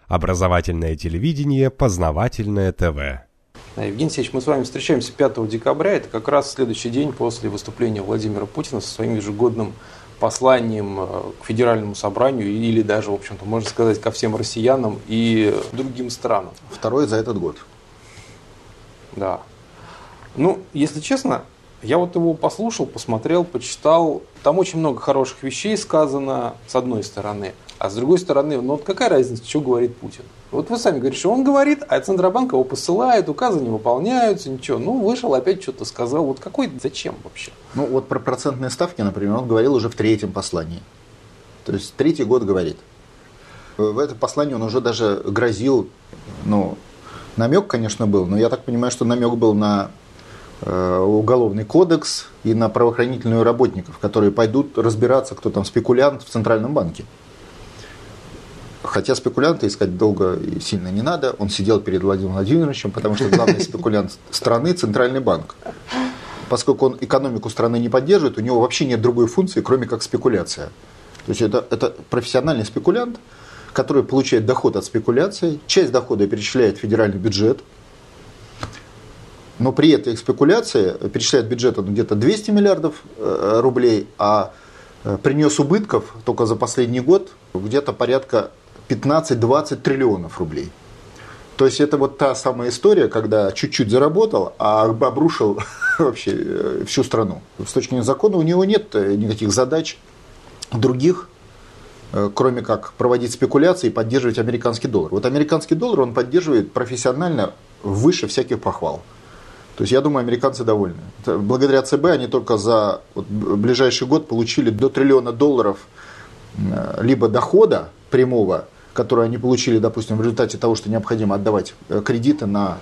Образовательное телевидение, познавательное ТВ. Евгений Алексеевич, мы с вами встречаемся 5 декабря. Это как раз следующий день после выступления Владимира Путина со своим ежегодным посланием к Федеральному собранию или даже, в общем-то, можно сказать, ко всем россиянам и другим странам. Второй за этот год. Да. Ну, если честно, я вот его послушал, посмотрел, почитал. Там очень много хороших вещей сказано, с одной стороны. А с другой стороны, ну вот какая разница, что говорит Путин? Вот вы сами говорите, что он говорит, а Центробанк его посылает, указы не выполняются, ничего. Ну, вышел, опять что-то сказал. Вот какой, зачем вообще? Ну, вот про процентные ставки, например, он говорил уже в третьем послании. То есть, третий год говорит. В этом послании он уже даже грозил, ну, намек, конечно, был, но я так понимаю, что намек был на уголовный кодекс и на правоохранительных работников, которые пойдут разбираться, кто там спекулянт в Центральном банке. Хотя спекулянта искать долго и сильно не надо. Он сидел перед Владимиром Владимировичем, потому что главный спекулянт страны – Центральный банк. Поскольку он экономику страны не поддерживает, у него вообще нет другой функции, кроме как спекуляция. То есть это профессиональный спекулянт, который получает доход от спекуляции, часть дохода перечисляет в федеральный бюджет, но при этой спекуляции перечисляет бюджет где-то 200 миллиардов рублей, а принес убытков только за последний год где-то порядка 15-20 триллионов рублей. То есть это вот та самая история, когда чуть-чуть заработал, а обрушил вообще всю страну. С точки зрения закона у него нет никаких задач других, кроме как проводить спекуляции и поддерживать американский доллар. Вот американский доллар он поддерживает профессионально выше всяких похвал. То есть я думаю, американцы довольны. Благодаря ЦБ они только за ближайший год получили до $1 триллиона либо дохода прямого, который они получили, допустим, в результате того, что необходимо отдавать кредиты на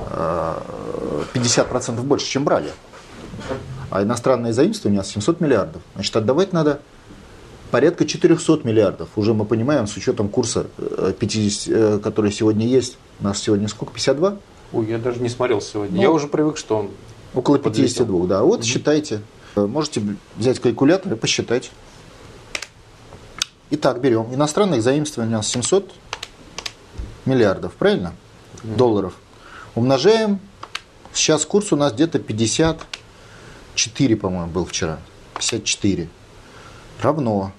50% больше, чем брали. А иностранные заимствования 700 миллиардов. Значит, отдавать надо порядка 400 миллиардов. Уже мы понимаем, с учетом курса 50, который сегодня есть. У нас сегодня сколько? 52? Ой, я даже не смотрел сегодня. Я уже привык, что он около 52, да. Вот считайте. Можете взять калькулятор и посчитать. Итак, берем. Иностранных заимствований у нас 700 миллиардов, правильно? Долларов. Умножаем. Сейчас курс у нас где-то 54, по-моему, был вчера. 54. Равно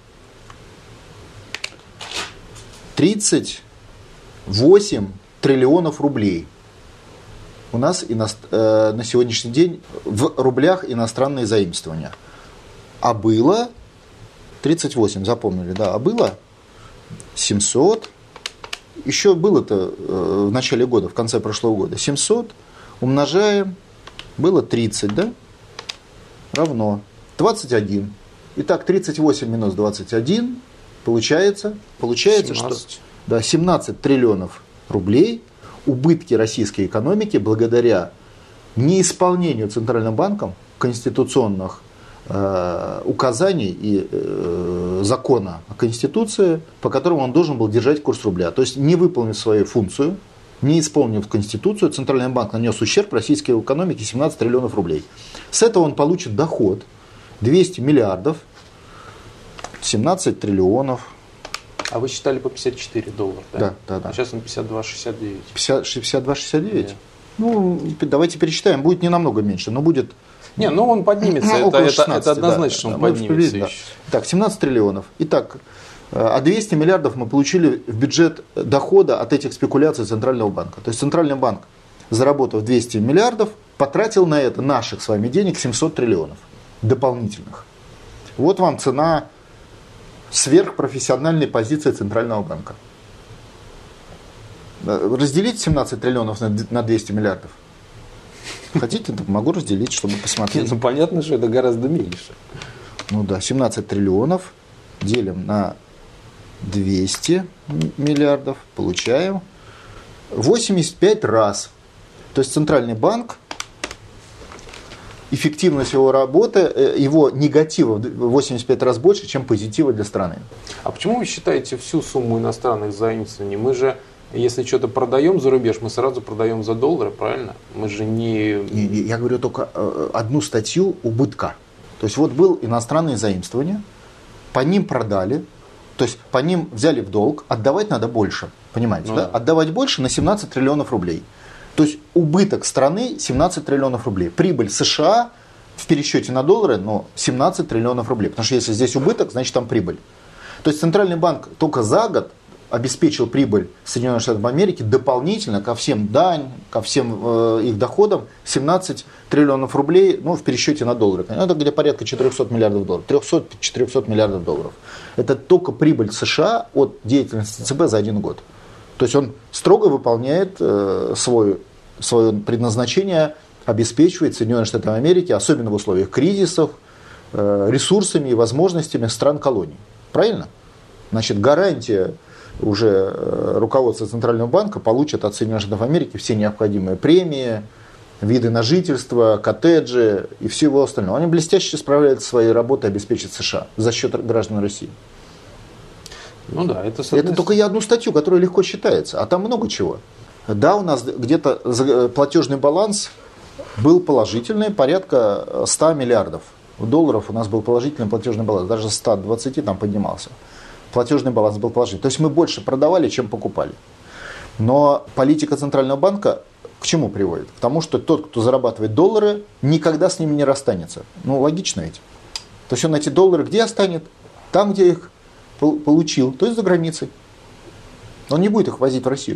38 триллионов рублей. У нас на сегодняшний день в рублях иностранные заимствования. А было 38, запомнили, да, а было 700. Еще было-то в начале года, в конце прошлого года 700. Умножаем, было 30, да? Равно 21. Итак, 38 минус 21 получается 17. Что да, 17 триллионов рублей убытки российской экономики благодаря неисполнению Центральным банком конституционных указаний и закона о Конституции, по которому он должен был держать курс рубля. То есть, не выполнив свою функцию, не исполнив Конституцию, Центральный банк нанес ущерб российской экономике 17 триллионов рублей. С этого он получит доход 200 миллиардов, 17 триллионов. А вы считали по 54 доллара, да? Да. А сейчас он 52,69. 52,69? Да. Ну, давайте пересчитаем. Будет не намного меньше, но будет... Не, ну он поднимется, это 16, это однозначно, да, он поднимется. Да. Так, 17 триллионов. Итак, а 200 миллиардов мы получили в бюджет дохода от этих спекуляций Центрального банка. То есть Центральный банк, заработав 200 миллиардов, потратил на это наших с вами денег 700 триллионов дополнительных. Вот вам цена сверхпрофессиональной позиции Центрального банка. Разделите 17 триллионов на 200 миллиардов. Хотите, могу разделить, чтобы посмотреть. Ну, понятно, что это гораздо меньше. Ну да, 17 триллионов делим на 200 миллиардов, получаем 85 раз. То есть Центральный банк, эффективность его работы, его негатива в 85 раз больше, чем позитива для страны. А почему вы считаете всю сумму иностранных заимствований? Мы же, если что-то продаем за рубеж, мы сразу продаем за доллары, правильно? Мы же не... Я говорю только одну статью убытка. То есть вот был иностранные заимствования, по ним продали, то есть по ним взяли в долг, отдавать надо больше. Понимаете, да? Отдавать больше на 17 триллионов рублей. То есть убыток страны 17 триллионов рублей. Прибыль США в пересчете на доллары, 17 триллионов рублей. Потому что если здесь убыток, значит там прибыль. То есть Центральный банк только за год обеспечил прибыль Соединенных Штатов Америки дополнительно ко всем дань, ко всем их доходам 17 триллионов рублей, в пересчете на доллары. Это где порядка 400 миллиардов долларов. 300-400 миллиардов долларов. Это только прибыль США от деятельности ЦБ за один год. То есть он строго выполняет свое предназначение, обеспечивает Соединенные Штаты Америки, особенно в условиях кризисов, ресурсами и возможностями стран-колоний. Правильно? Значит, гарантия уже руководство Центрального банка получит от Соединенных Штатов Америки все необходимые премии, виды на жительство, коттеджи и всего остального. Они блестяще справляются своей работой обеспечить США за счет граждан России. Это только я одну статью, которая легко считается, а там много чего. Да, у нас где-то платежный баланс был положительный, порядка 100 миллиардов долларов у нас был положительный платежный баланс, даже 120 там поднимался. Платежный баланс был положительный. То есть мы больше продавали, чем покупали. Но политика Центрального банка к чему приводит? К тому, что тот, кто зарабатывает доллары, никогда с ними не расстанется. Логично ведь. То есть он эти доллары где останет? Там, где их получил, то есть за границей. Он не будет их возить в Россию.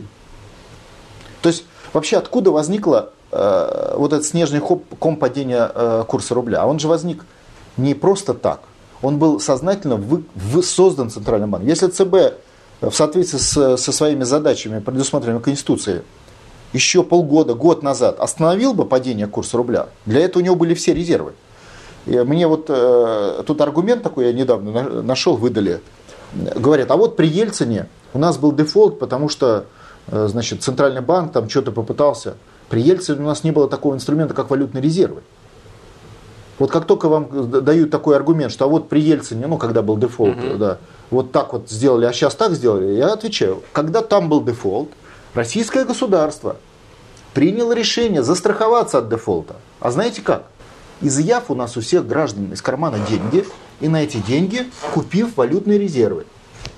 То есть вообще откуда возникло вот этот снежный ком падения курса рубля? А он же возник не просто так. Он был сознательно создан Центральным банком. Если ЦБ в соответствии со своими задачами, предусмотренными Конституцией, еще полгода, год назад остановил бы падение курса рубля, для этого у него были все резервы. И мне тут аргумент такой я недавно нашел, выдали. Говорят, а вот при Ельцине у нас был дефолт, потому что Центральный банк там что-то попытался. При Ельцине у нас не было такого инструмента, как валютные резервы. Вот как только вам дают такой аргумент, что а вот при Ельцине, когда был дефолт, вот так вот сделали, а сейчас так сделали, я отвечаю, когда там был дефолт, российское государство приняло решение застраховаться от дефолта. А знаете как? Изъяв у нас у всех граждан из кармана деньги, и на эти деньги купив валютные резервы.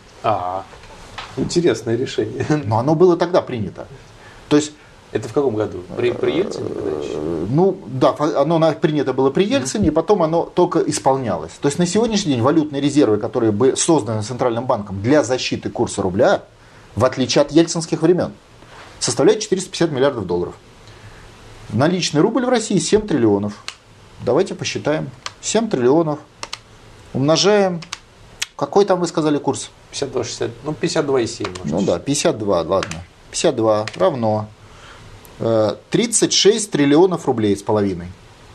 Интересное решение. Но оно было тогда принято. То есть это в каком году? При Ельцине? Оно принято было при Ельцине, и потом оно только исполнялось. То есть на сегодняшний день валютные резервы, которые были созданы Центральным банком для защиты курса рубля, в отличие от ельцинских времен, составляют 450 миллиардов долларов. Наличный рубль в России 7 триллионов. Давайте посчитаем. 7 триллионов умножаем. Какой там вы сказали курс? 52,60. 52,7. 52, ладно. 52 равно 36 триллионов рублей с половиной.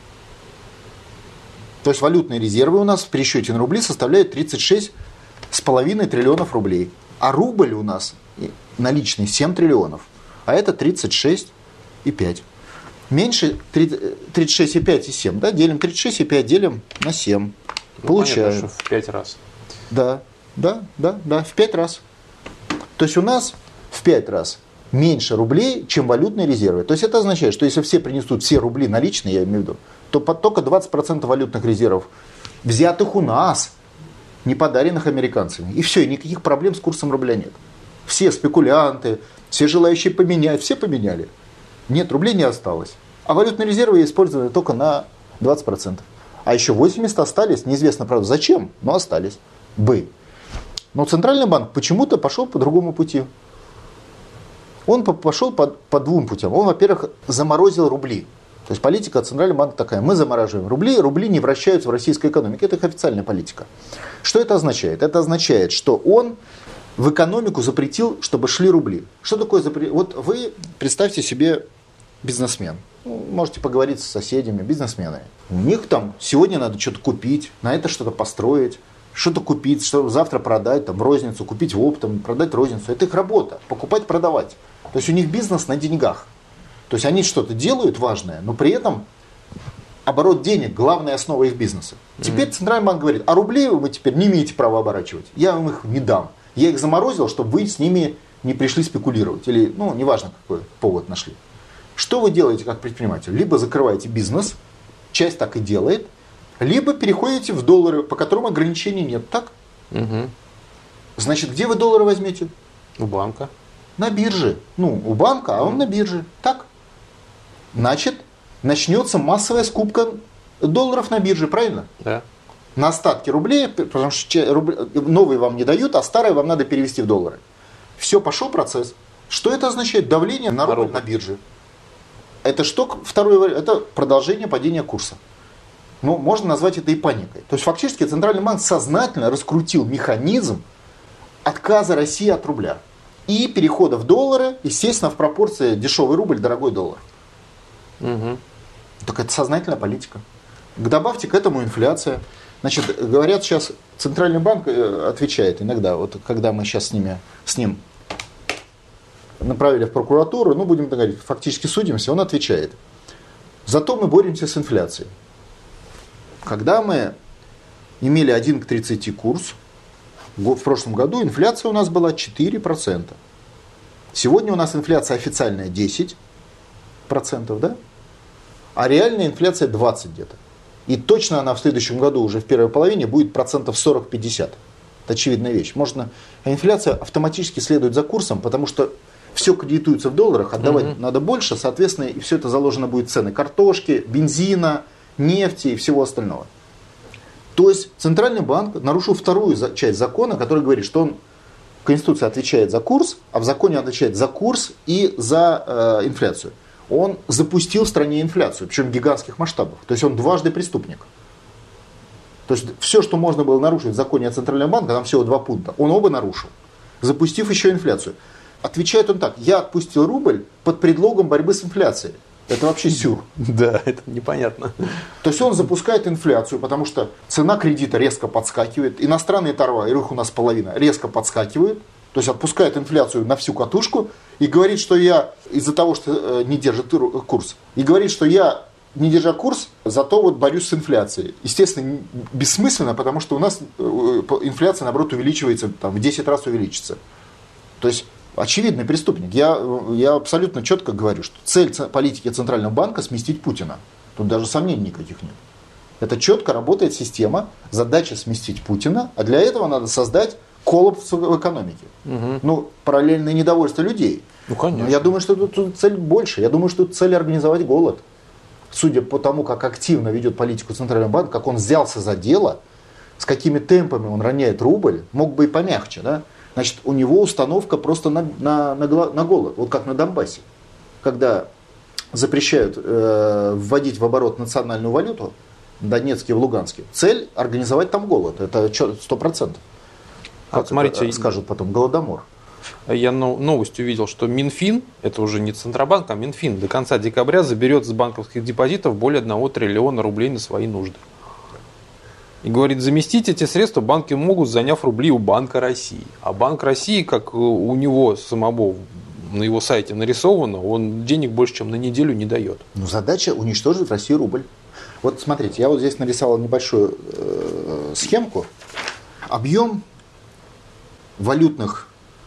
То есть валютные резервы у нас в пересчете на рубли составляют 36,5 триллионов рублей. А рубль у нас наличный 7 триллионов. А это 36,5. Меньше 36,5 и 7. Да? Делим 36,5 делим на 7. Получаем. Понятно, что в 5 раз. Да, в 5 раз. То есть у нас в 5 раз меньше рублей, чем валютные резервы. То есть это означает, что если все принесут все рубли наличные, я имею в виду, то только 20% валютных резервов, взятых у нас, не подаренных американцами. И все, и никаких проблем с курсом рубля нет. Все спекулянты, все желающие поменять, все поменяли. Нет, рублей не осталось. А валютные резервы использованы только на 20%. А еще 80 остались, неизвестно, правда, зачем, но остались. Но Центральный банк почему-то пошел по другому пути. Он пошел по двум путям. Он, во-первых, заморозил рубли. То есть политика Центрального банка такая: мы замораживаем рубли, рубли не вращаются в российской экономике. Это их официальная политика. Что это означает? Это означает, что он в экономику запретил, чтобы шли рубли. Что такое запрет? Вот вы представьте себе бизнесмен. Можете поговорить с соседями, бизнесмены. У них там сегодня надо что-то купить, на это что-то построить, что-то купить, что завтра продать, там, в розницу, купить в оптом, продать в розницу. Это их работа, покупать, продавать. То есть у них бизнес на деньгах. То есть они что-то делают важное, но при этом оборот денег – главная основа их бизнеса. Теперь Центральный банк говорит: а рублей вы теперь не имеете права оборачивать. Я вам их не дам. Я их заморозил, чтобы вы с ними не пришли спекулировать. Или, неважно, какой повод нашли. Что вы делаете как предприниматель? Либо закрываете бизнес, часть так и делает, либо переходите в доллары, по которым ограничений нет. Так? Угу. Значит, где вы доллары возьмете? У банка. на бирже. У банка, а он на бирже. Так? Значит, начнется массовая скупка долларов на бирже, правильно? Да. На остатки рублей, потому что новые вам не дают, а старые вам надо перевести в доллары. Все, пошел процесс. Что это означает? Давление на рубль на бирже. Это что? Второе, это продолжение падения курса. Можно назвать это и паникой. То есть фактически Центральный банк сознательно раскрутил механизм отказа России от рубля. И перехода в доллары, естественно, в пропорции дешевый рубль, дорогой доллар. Угу. Так это сознательная политика. Добавьте к этому инфляция. Значит, говорят сейчас, Центральный банк отвечает иногда, вот когда мы сейчас с ним направили в прокуратуру, будем так говорить, фактически судимся, он отвечает. Зато мы боремся с инфляцией. Когда мы имели 1 к 30 курс, в прошлом году инфляция у нас была 4%. Сегодня у нас инфляция официальная 10%, да? А реальная инфляция 20% где-то. И точно она в следующем году, уже в первой половине, будет 40-50%. Это очевидная вещь. Инфляция автоматически следует за курсом, потому что все кредитуется в долларах, отдавать надо больше, соответственно, и все это заложено будет в цены картошки, бензина, нефти и всего остального. То есть Центральный банк нарушил вторую часть закона, который говорит, что он в Конституции отвечает за курс, а в законе отвечает за курс и за инфляцию. Он запустил в стране инфляцию, причем гигантских масштабов. То есть он дважды преступник. То есть все, что можно было нарушить в законе о Центральном банке, там всего 2 пункта, он оба нарушил, запустив еще инфляцию. Отвечает он так: я отпустил рубль под предлогом борьбы с инфляцией. Это вообще сюр. Да, это непонятно. То есть он запускает инфляцию, потому что цена кредита резко подскакивает, иностранные товары, их у нас половина, резко подскакивают, то есть отпускает инфляцию на всю катушку и говорит, что я из-за того, что не держит курс, и говорит, что я, не держа курс, зато борюсь с инфляцией. Естественно, бессмысленно, потому что у нас инфляция, наоборот, увеличивается, в 10 раз увеличится. То есть очевидный преступник. Я абсолютно четко говорю, что цель политики Центрального банка – сместить Путина. Тут даже сомнений никаких нет. Это четко работает система, задача сместить Путина, а для этого надо создать коллапс в экономике. Угу. Параллельное недовольство людей. Конечно. Я думаю, что тут цель больше. Я думаю, что тут цель организовать голод. Судя по тому, как активно ведет политику Центральный банк, как он взялся за дело, с какими темпами он роняет рубль, мог бы и помягче, да? Значит, у него установка просто на голод, вот как на Донбассе. Когда запрещают вводить в оборот национальную валюту в Донецке и в Луганске, цель организовать там голод, это 100%. Как смотрите, скажут потом, голодомор. Я новость увидел, что Минфин, это уже не Центробанк, а Минфин, до конца декабря заберет с банковских депозитов более 1 триллиона рублей на свои нужды. И говорит, заместить эти средства банки могут, заняв рубли у Банка России. А Банк России, как у него самого на его сайте нарисовано, он денег больше, чем на неделю не дает. Задача уничтожить в России рубль. Вот смотрите, я здесь нарисовал небольшую схемку. Объем валютных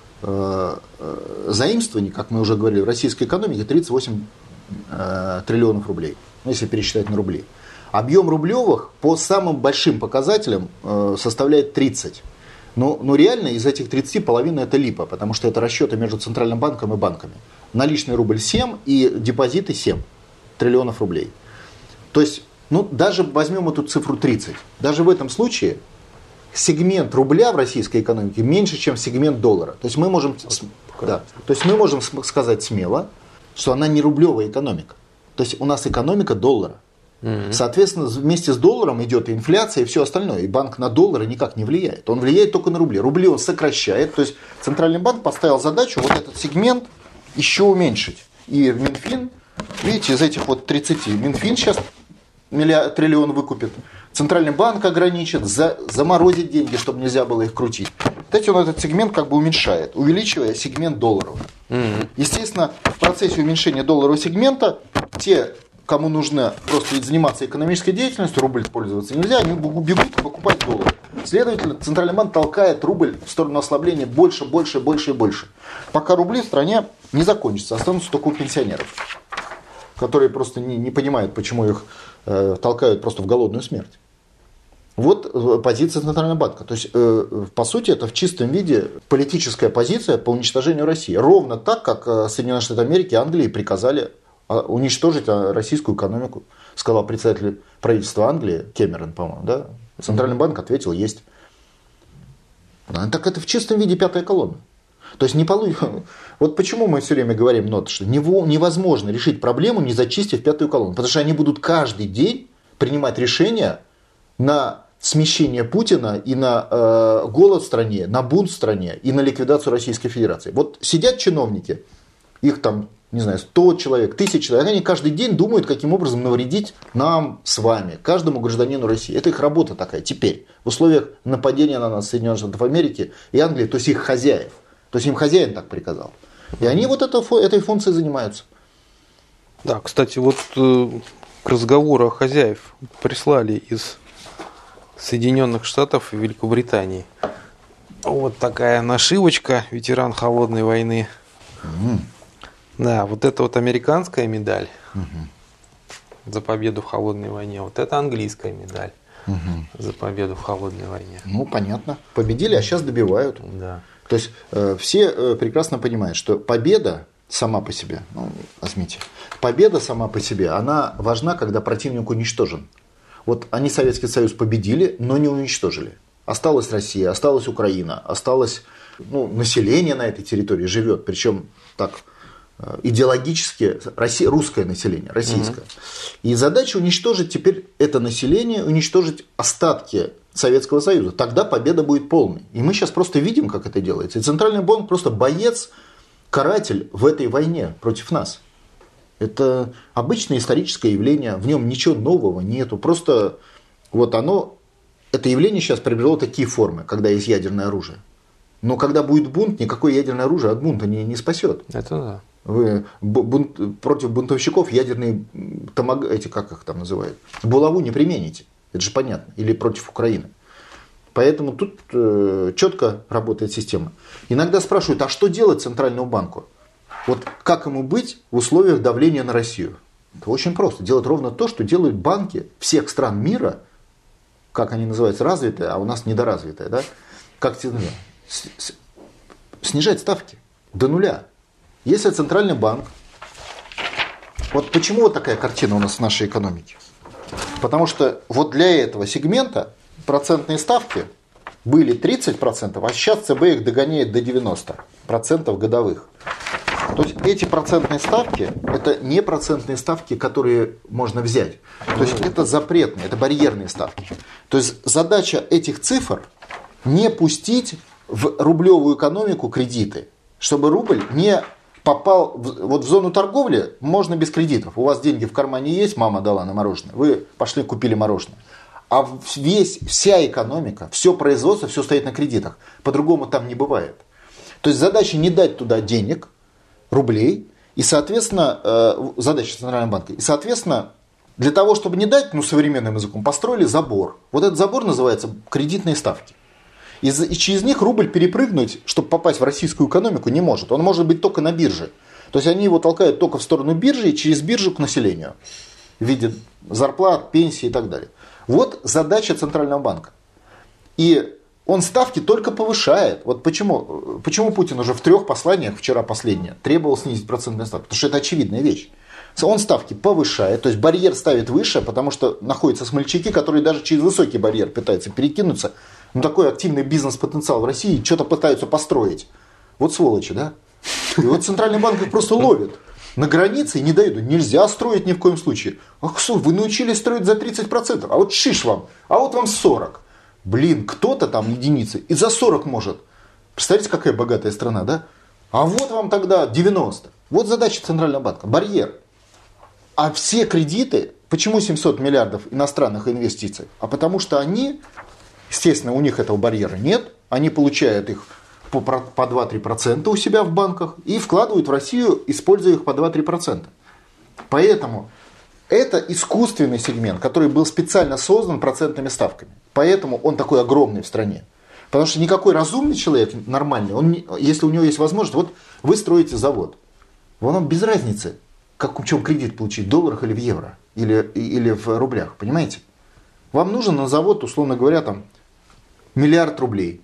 заимствований, как мы уже говорили, в российской экономике 38 триллионов рублей, если пересчитать на рубли. Объем рублевых по самым большим показателям составляет 30. Но реально из этих 30 половина это липа, потому что это расчеты между Центральным банком и банками. Наличный рубль 7 и депозиты 7 триллионов рублей. То есть, даже возьмем эту цифру 30. Даже в этом случае сегмент рубля в российской экономике меньше, чем сегмент доллара. То есть мы можем сказать смело, что она не рублевая экономика. То есть у нас экономика доллара. Соответственно, вместе с долларом идет и инфляция, и все остальное. И банк на доллары никак не влияет. Он влияет только на рубли. Рубли он сокращает. То есть Центральный банк поставил задачу вот этот сегмент еще уменьшить. И Минфин, видите, из этих 30, Минфин сейчас триллион выкупит. Центральный банк ограничит, заморозит деньги, чтобы нельзя было их крутить. Кстати, он этот сегмент уменьшает, увеличивая сегмент долларовый. Естественно, в процессе уменьшения долларового сегмента те, кому нужно просто заниматься экономической деятельностью, рубль пользоваться нельзя, они бегут покупать доллары. Следовательно, Центральный банк толкает рубль в сторону ослабления больше, больше, больше и больше. Пока рубли в стране не закончатся, останутся только у пенсионеров, которые просто не понимают, почему их толкают просто в голодную смерть. Вот позиция Центрального банка. То есть, по сути, это в чистом виде политическая позиция по уничтожению России. Ровно так, как Соединенные Штаты Америки и Англии приказали уничтожить российскую экономику, сказал председатель правительства Англии Кэмерон, по-моему, да? Центральный банк ответил, есть. Так это в чистом виде пятая колонна. То есть вот почему мы все время говорим, что невозможно решить проблему, не зачистив пятую колонну. Потому что они будут каждый день принимать решения на смещение Путина и на голод в стране, на бунт в стране и на ликвидацию Российской Федерации. Вот сидят чиновники, их там, не знаю, 100 человек, 1000 человек, они каждый день думают, каким образом навредить нам с вами, каждому гражданину России. Это их работа такая теперь, в условиях нападения на нас Соединенных Штатов Америки и Англии, то есть их хозяев. То есть им хозяин так приказал. И они вот этой функцией занимаются. Да, кстати, вот к разговору о хозяев прислали из Соединенных Штатов и Великобритании. Вот такая нашивочка, ветеран холодной войны. Да, вот это вот американская медаль за победу в холодной войне. Вот это английская медаль за победу в холодной войне. Ну, понятно. Победили, а сейчас добивают. Да. То есть все прекрасно понимают, что победа сама по себе, возьмите, победа сама по себе, она важна, когда противник уничтожен. Вот они Советский Союз победили, но не уничтожили. Осталась Россия, осталась Украина, осталось население на этой территории живет, причем так идеологически русское население, российское. И задача уничтожить теперь это население, уничтожить остатки Советского Союза. Тогда победа будет полной. И мы сейчас просто видим, как это делается. И Центральный банк просто боец, каратель в этой войне против нас. Это обычное историческое явление, в нем ничего нового нету. Просто это явление сейчас приобрело такие формы, когда есть ядерное оружие. Но когда будет бунт, никакое ядерное оружие от бунта не спасет. Это да. Вы против бунтовщиков ядерные как их там называют, булаву не примените. Это же понятно. Или против Украины. Поэтому тут четко работает система. Иногда спрашивают, а что делать Центральному банку? Вот как ему быть в условиях давления на Россию? Это очень просто. Делать ровно то, что делают банки всех стран мира, как они называются, развитые, а у нас недоразвитые. Да? Как снижать ставки до нуля. Если Центральный банк... Вот почему вот такая картина у нас в нашей экономике? Потому что вот для этого сегмента процентные ставки были 30%, а сейчас ЦБ их догоняет до 90% годовых. То есть эти процентные ставки, это не процентные ставки, которые можно взять. То есть это запретные, это барьерные ставки. То есть задача этих цифр не пустить в рублевую экономику кредиты, чтобы рубль не попал в зону торговли, можно без кредитов. У вас деньги в кармане есть, мама дала на мороженое, вы пошли купили мороженое. А вся экономика, все производство, все стоит на кредитах. По-другому там не бывает. То есть задача не дать туда денег, рублей, и, соответственно, задача Центрального банка. И, соответственно, для того, чтобы не дать, современным языком, построили забор. Вот этот забор называется кредитные ставки. И через них рубль перепрыгнуть, чтобы попасть в российскую экономику, не может. Он может быть только на бирже. То есть они его толкают только в сторону биржи и через биржу к населению. В виде зарплат, пенсий и так далее. Вот задача Центрального банка. И он ставки только повышает. Вот почему Путин уже в 3 посланиях, вчера последнее, требовал снизить процентные ставки. Потому что это очевидная вещь. Он ставки повышает, то есть барьер ставит выше, потому что находятся смельчаки, которые даже через высокий барьер пытаются перекинуться. Такой активный бизнес-потенциал в России, что-то пытаются построить. Вот сволочи, да? И вот Центральный банк их просто ловит на границе и не дают. Нельзя строить ни в коем случае. Ах, что, вы научились строить за 30%, а вот шиш вам, а вот вам 40%. Блин, кто-то там единицы и за 40 может. Представляете, какая богатая страна, да? А вот вам тогда 90. Вот задача Центрального банка. Барьер. А все кредиты, почему 700 миллиардов иностранных инвестиций? А потому что они, естественно, у них этого барьера нет. Они получают их по 2-3% у себя в банках и вкладывают в Россию, используя их по 2-3%. Поэтому это искусственный сегмент, который был специально создан процентными ставками. Поэтому он такой огромный в стране. Потому что никакой разумный человек, нормальный, если у него есть возможность, вот вы строите завод. Вам без разницы, в чем кредит получить, в долларах или в евро, или в рублях, понимаете? Вам нужен на завод, условно говоря, там, 1 миллиард рублей.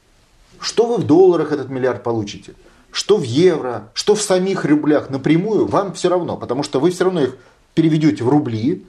Что вы в долларах этот миллиард получите? Что в евро, что в самих рублях напрямую, вам все равно. Потому что вы все равно их переведете в рубли.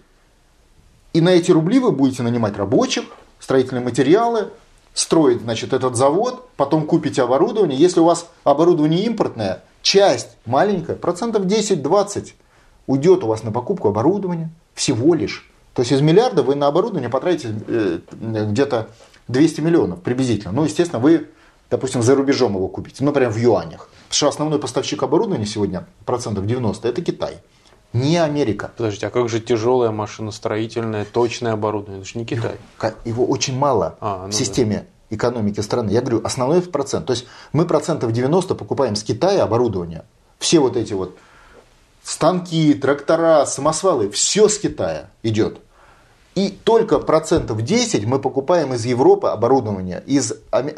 И на эти рубли вы будете нанимать рабочих, строительные материалы, строить, значит, этот завод, потом купите оборудование. Если у вас оборудование импортное, часть маленькая, 10-20% уйдет у вас на покупку оборудования всего лишь. То есть из миллиарда вы на оборудование потратите где-то 200 миллионов приблизительно. Ну, естественно, вы, допустим, за рубежом его купите, например, в юанях. Потому что основной поставщик оборудования сегодня, 90% это Китай, не Америка. Подождите, а как же тяжелое машиностроительное, точное оборудование? Это же не Китай. Его очень мало в системе экономики страны. Я говорю, основной процент. То есть мы 90% покупаем с Китая оборудование. Все вот эти вот станки, трактора, самосвалы, все с Китая идет. И только 10% мы покупаем из Европы оборудование, из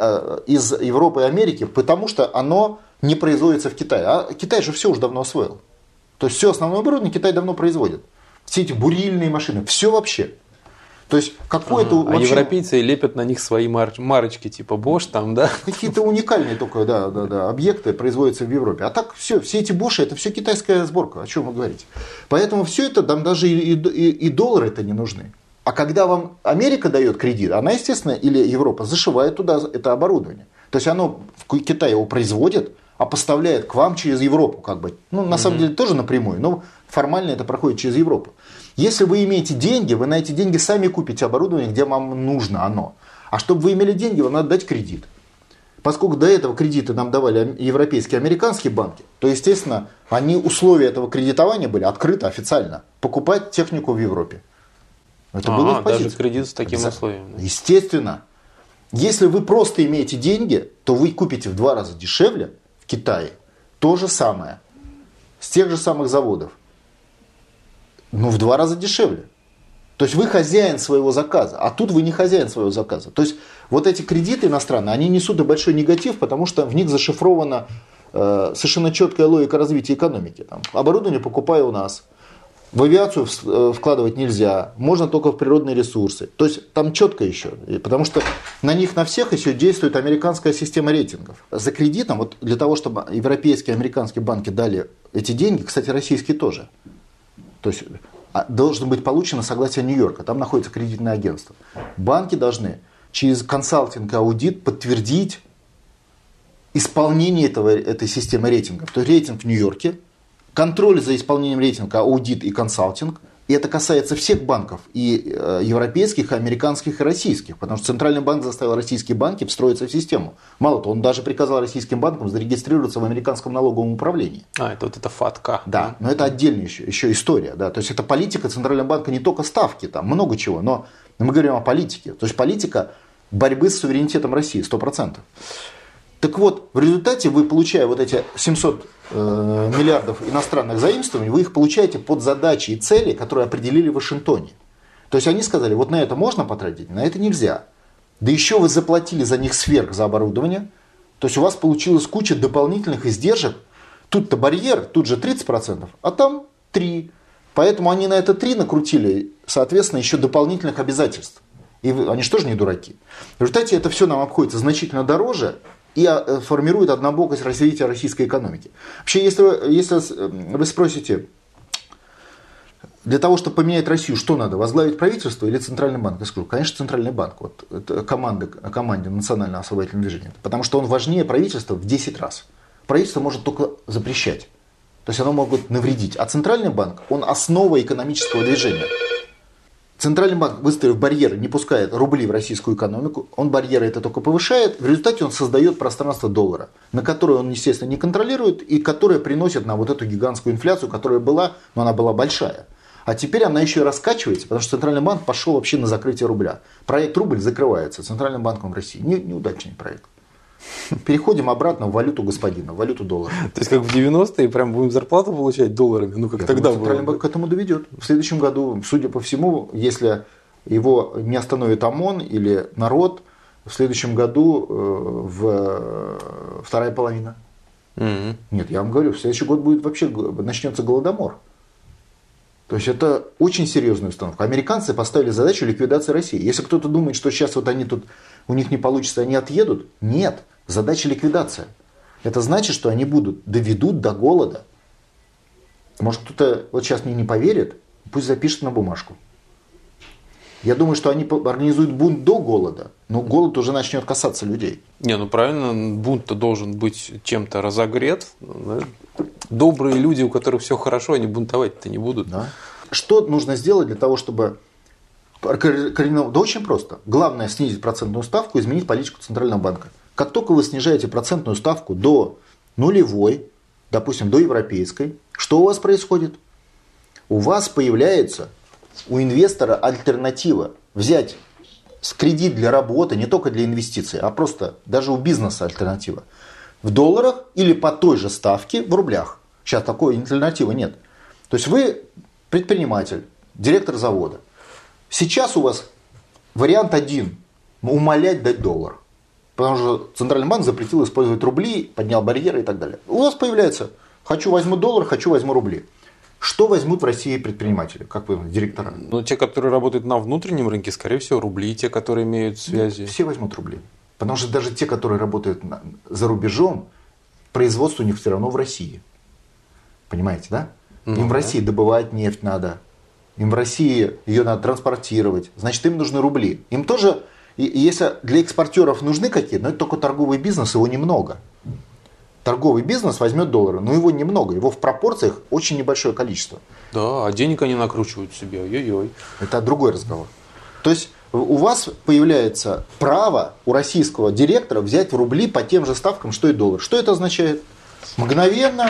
Европы и Америки, потому что оно не производится в Китае. А Китай же все уже давно освоил. То есть все основное оборудование Китай давно производит. Все эти бурильные машины, все вообще. То есть какое-то А вообще... европейцы лепят на них свои марочки, типа Bosch там, да? Какие-то уникальные только объекты производятся в Европе. А так все эти Bosch, это все китайская сборка. О чем вы говорите? Поэтому все это, там даже и доллары-то не нужны. А когда вам Америка дает кредит, она, естественно, или Европа зашивает туда это оборудование. То есть оно в Китае его производит, а поставляет к вам через Европу. Как бы. Ну, на самом деле тоже напрямую, но формально это проходит через Европу. Если вы имеете деньги, вы на эти деньги сами купите оборудование, где вам нужно оно. А чтобы вы имели деньги, вам надо дать кредит. Поскольку до этого кредиты нам давали европейские и американские банки, то, естественно, условия этого кредитования были открыты официально. Покупать технику в Европе. Это было в позиции. Даже кредит с таким условием. Естественно. Если вы просто имеете деньги, то вы купите в 2 раза дешевле в Китае. То же самое. С тех же самых заводов. Но в 2 раза дешевле. То есть вы хозяин своего заказа, а тут вы не хозяин своего заказа. То есть вот эти кредиты иностранные, они несут и большой негатив, потому что в них зашифрована совершенно четкая логика развития экономики. Там, оборудование покупаю у нас, в авиацию вкладывать нельзя, можно только в природные ресурсы. То есть там четко еще, потому что на них на всех еще действует американская система рейтингов. За кредитом, вот для того, чтобы европейские и американские банки дали эти деньги, кстати, российские тоже. То есть должно быть получено согласие Нью-Йорка, там находится кредитное агентство. Банки должны через консалтинг и аудит подтвердить исполнение этой системы рейтингов. То есть рейтинг в Нью-Йорке, контроль за исполнением рейтинга, аудит и консалтинг. И это касается всех банков, и европейских, и американских, и российских. Потому что Центральный банк заставил российские банки встроиться в систему. Мало того, он даже приказал российским банкам зарегистрироваться в американском налоговом управлении. Это вот это ФАТКА. Да, но это отдельная еще история. Да. То есть это политика Центрального банка, не только ставки, там много чего, но мы говорим о политике. То есть политика борьбы с суверенитетом России 100%. Так вот, в результате вы, получая вот эти 700 миллиардов иностранных заимствований, вы их получаете под задачи и цели, которые определили в Вашингтоне. То есть они сказали, вот на это можно потратить, на это нельзя. Да еще вы заплатили за них сверх за оборудование. То есть у вас получилась куча дополнительных издержек. Тут-то барьер, тут же 30%, а там 3%. Поэтому они на это 3 накрутили, соответственно, еще дополнительных обязательств. И они же тоже не дураки. В результате это все нам обходится значительно дороже и формирует однобокость развития российской экономики. Вообще, если вы спросите, для того, чтобы поменять Россию, что надо, возглавить правительство или Центральный банк? Я скажу, конечно, Центральный банк, вот, это команде Национального освободительного движения, потому что он важнее правительства в 10 раз. Правительство может только запрещать, то есть оно может навредить, а Центральный банк, он основа экономического движения. Центральный банк, выставив барьеры, не пускает рубли в российскую экономику, он барьеры это только повышает, в результате он создает пространство доллара, на которое он, естественно, не контролирует и которое приносит нам вот эту гигантскую инфляцию, которая была, но она была большая. А теперь она еще и раскачивается, потому что Центральный банк пошел вообще на закрытие рубля. Проект рубль закрывается Центральным банком в России. Неудачный проект. Переходим обратно в валюту господина, в валюту доллара. То есть как в 90-е прям будем зарплату получать долларами? Ну как я тогда думаю, Центральный банк к этому доведет. В следующем году, судя по всему, если его не остановит ОМОН или народ, в следующем году вторая половина. Нет, я вам говорю, в следующий год будет вообще начнется голодомор. То есть это очень серьезная установка. Американцы поставили задачу ликвидации России. Если кто-то думает, что сейчас вот они тут, у них не получится, они отъедут, нет, задача ликвидация. Это значит, что они доведут до голода. Может, кто-то вот сейчас мне не поверит, пусть запишет на бумажку. Я думаю, что они организуют бунт до голода, но голод уже начнет касаться людей. Не, ну правильно, бунт-то должен быть чем-то разогрет. Да? Добрые люди, у которых все хорошо, они бунтовать-то не будут. Да. Что нужно сделать для того, чтобы... Да очень просто. Главное снизить процентную ставку, изменить политику Центрального банка. Как только вы снижаете процентную ставку до нулевой, допустим, до европейской, что у вас происходит? У вас появляется у инвестора альтернатива. Взять кредит для работы, не только для инвестиций, а просто даже у бизнеса альтернатива. В долларах или по той же ставке в рублях. Сейчас такой альтернативы нет. То есть вы предприниматель, директор завода. Сейчас у вас вариант один – умолять дать доллар. Потому что Центральный банк запретил использовать рубли, поднял барьеры и так далее. У вас появляется «хочу возьму доллар, хочу возьму рубли». Что возьмут в России предприниматели, как вы, директора? Ну, те, которые работают на внутреннем рынке, скорее всего, рубли, те, которые имеют связи. Все возьмут рубли. Потому что даже те, которые работают за рубежом, производство у них все равно в России. Понимаете, да? Им в России добывать нефть надо. Им в России ее надо транспортировать. Значит, им нужны рубли. Им тоже, если для экспортеров нужны какие-то, но это только торговый бизнес, его немного. Торговый бизнес возьмет доллары, но его немного, его в пропорциях очень небольшое количество. Да, а денег они накручивают себе, ой-ой-ой. Это другой разговор. То есть у вас появляется право у российского директора взять в рубли по тем же ставкам, что и доллар. Что это означает? Мгновенно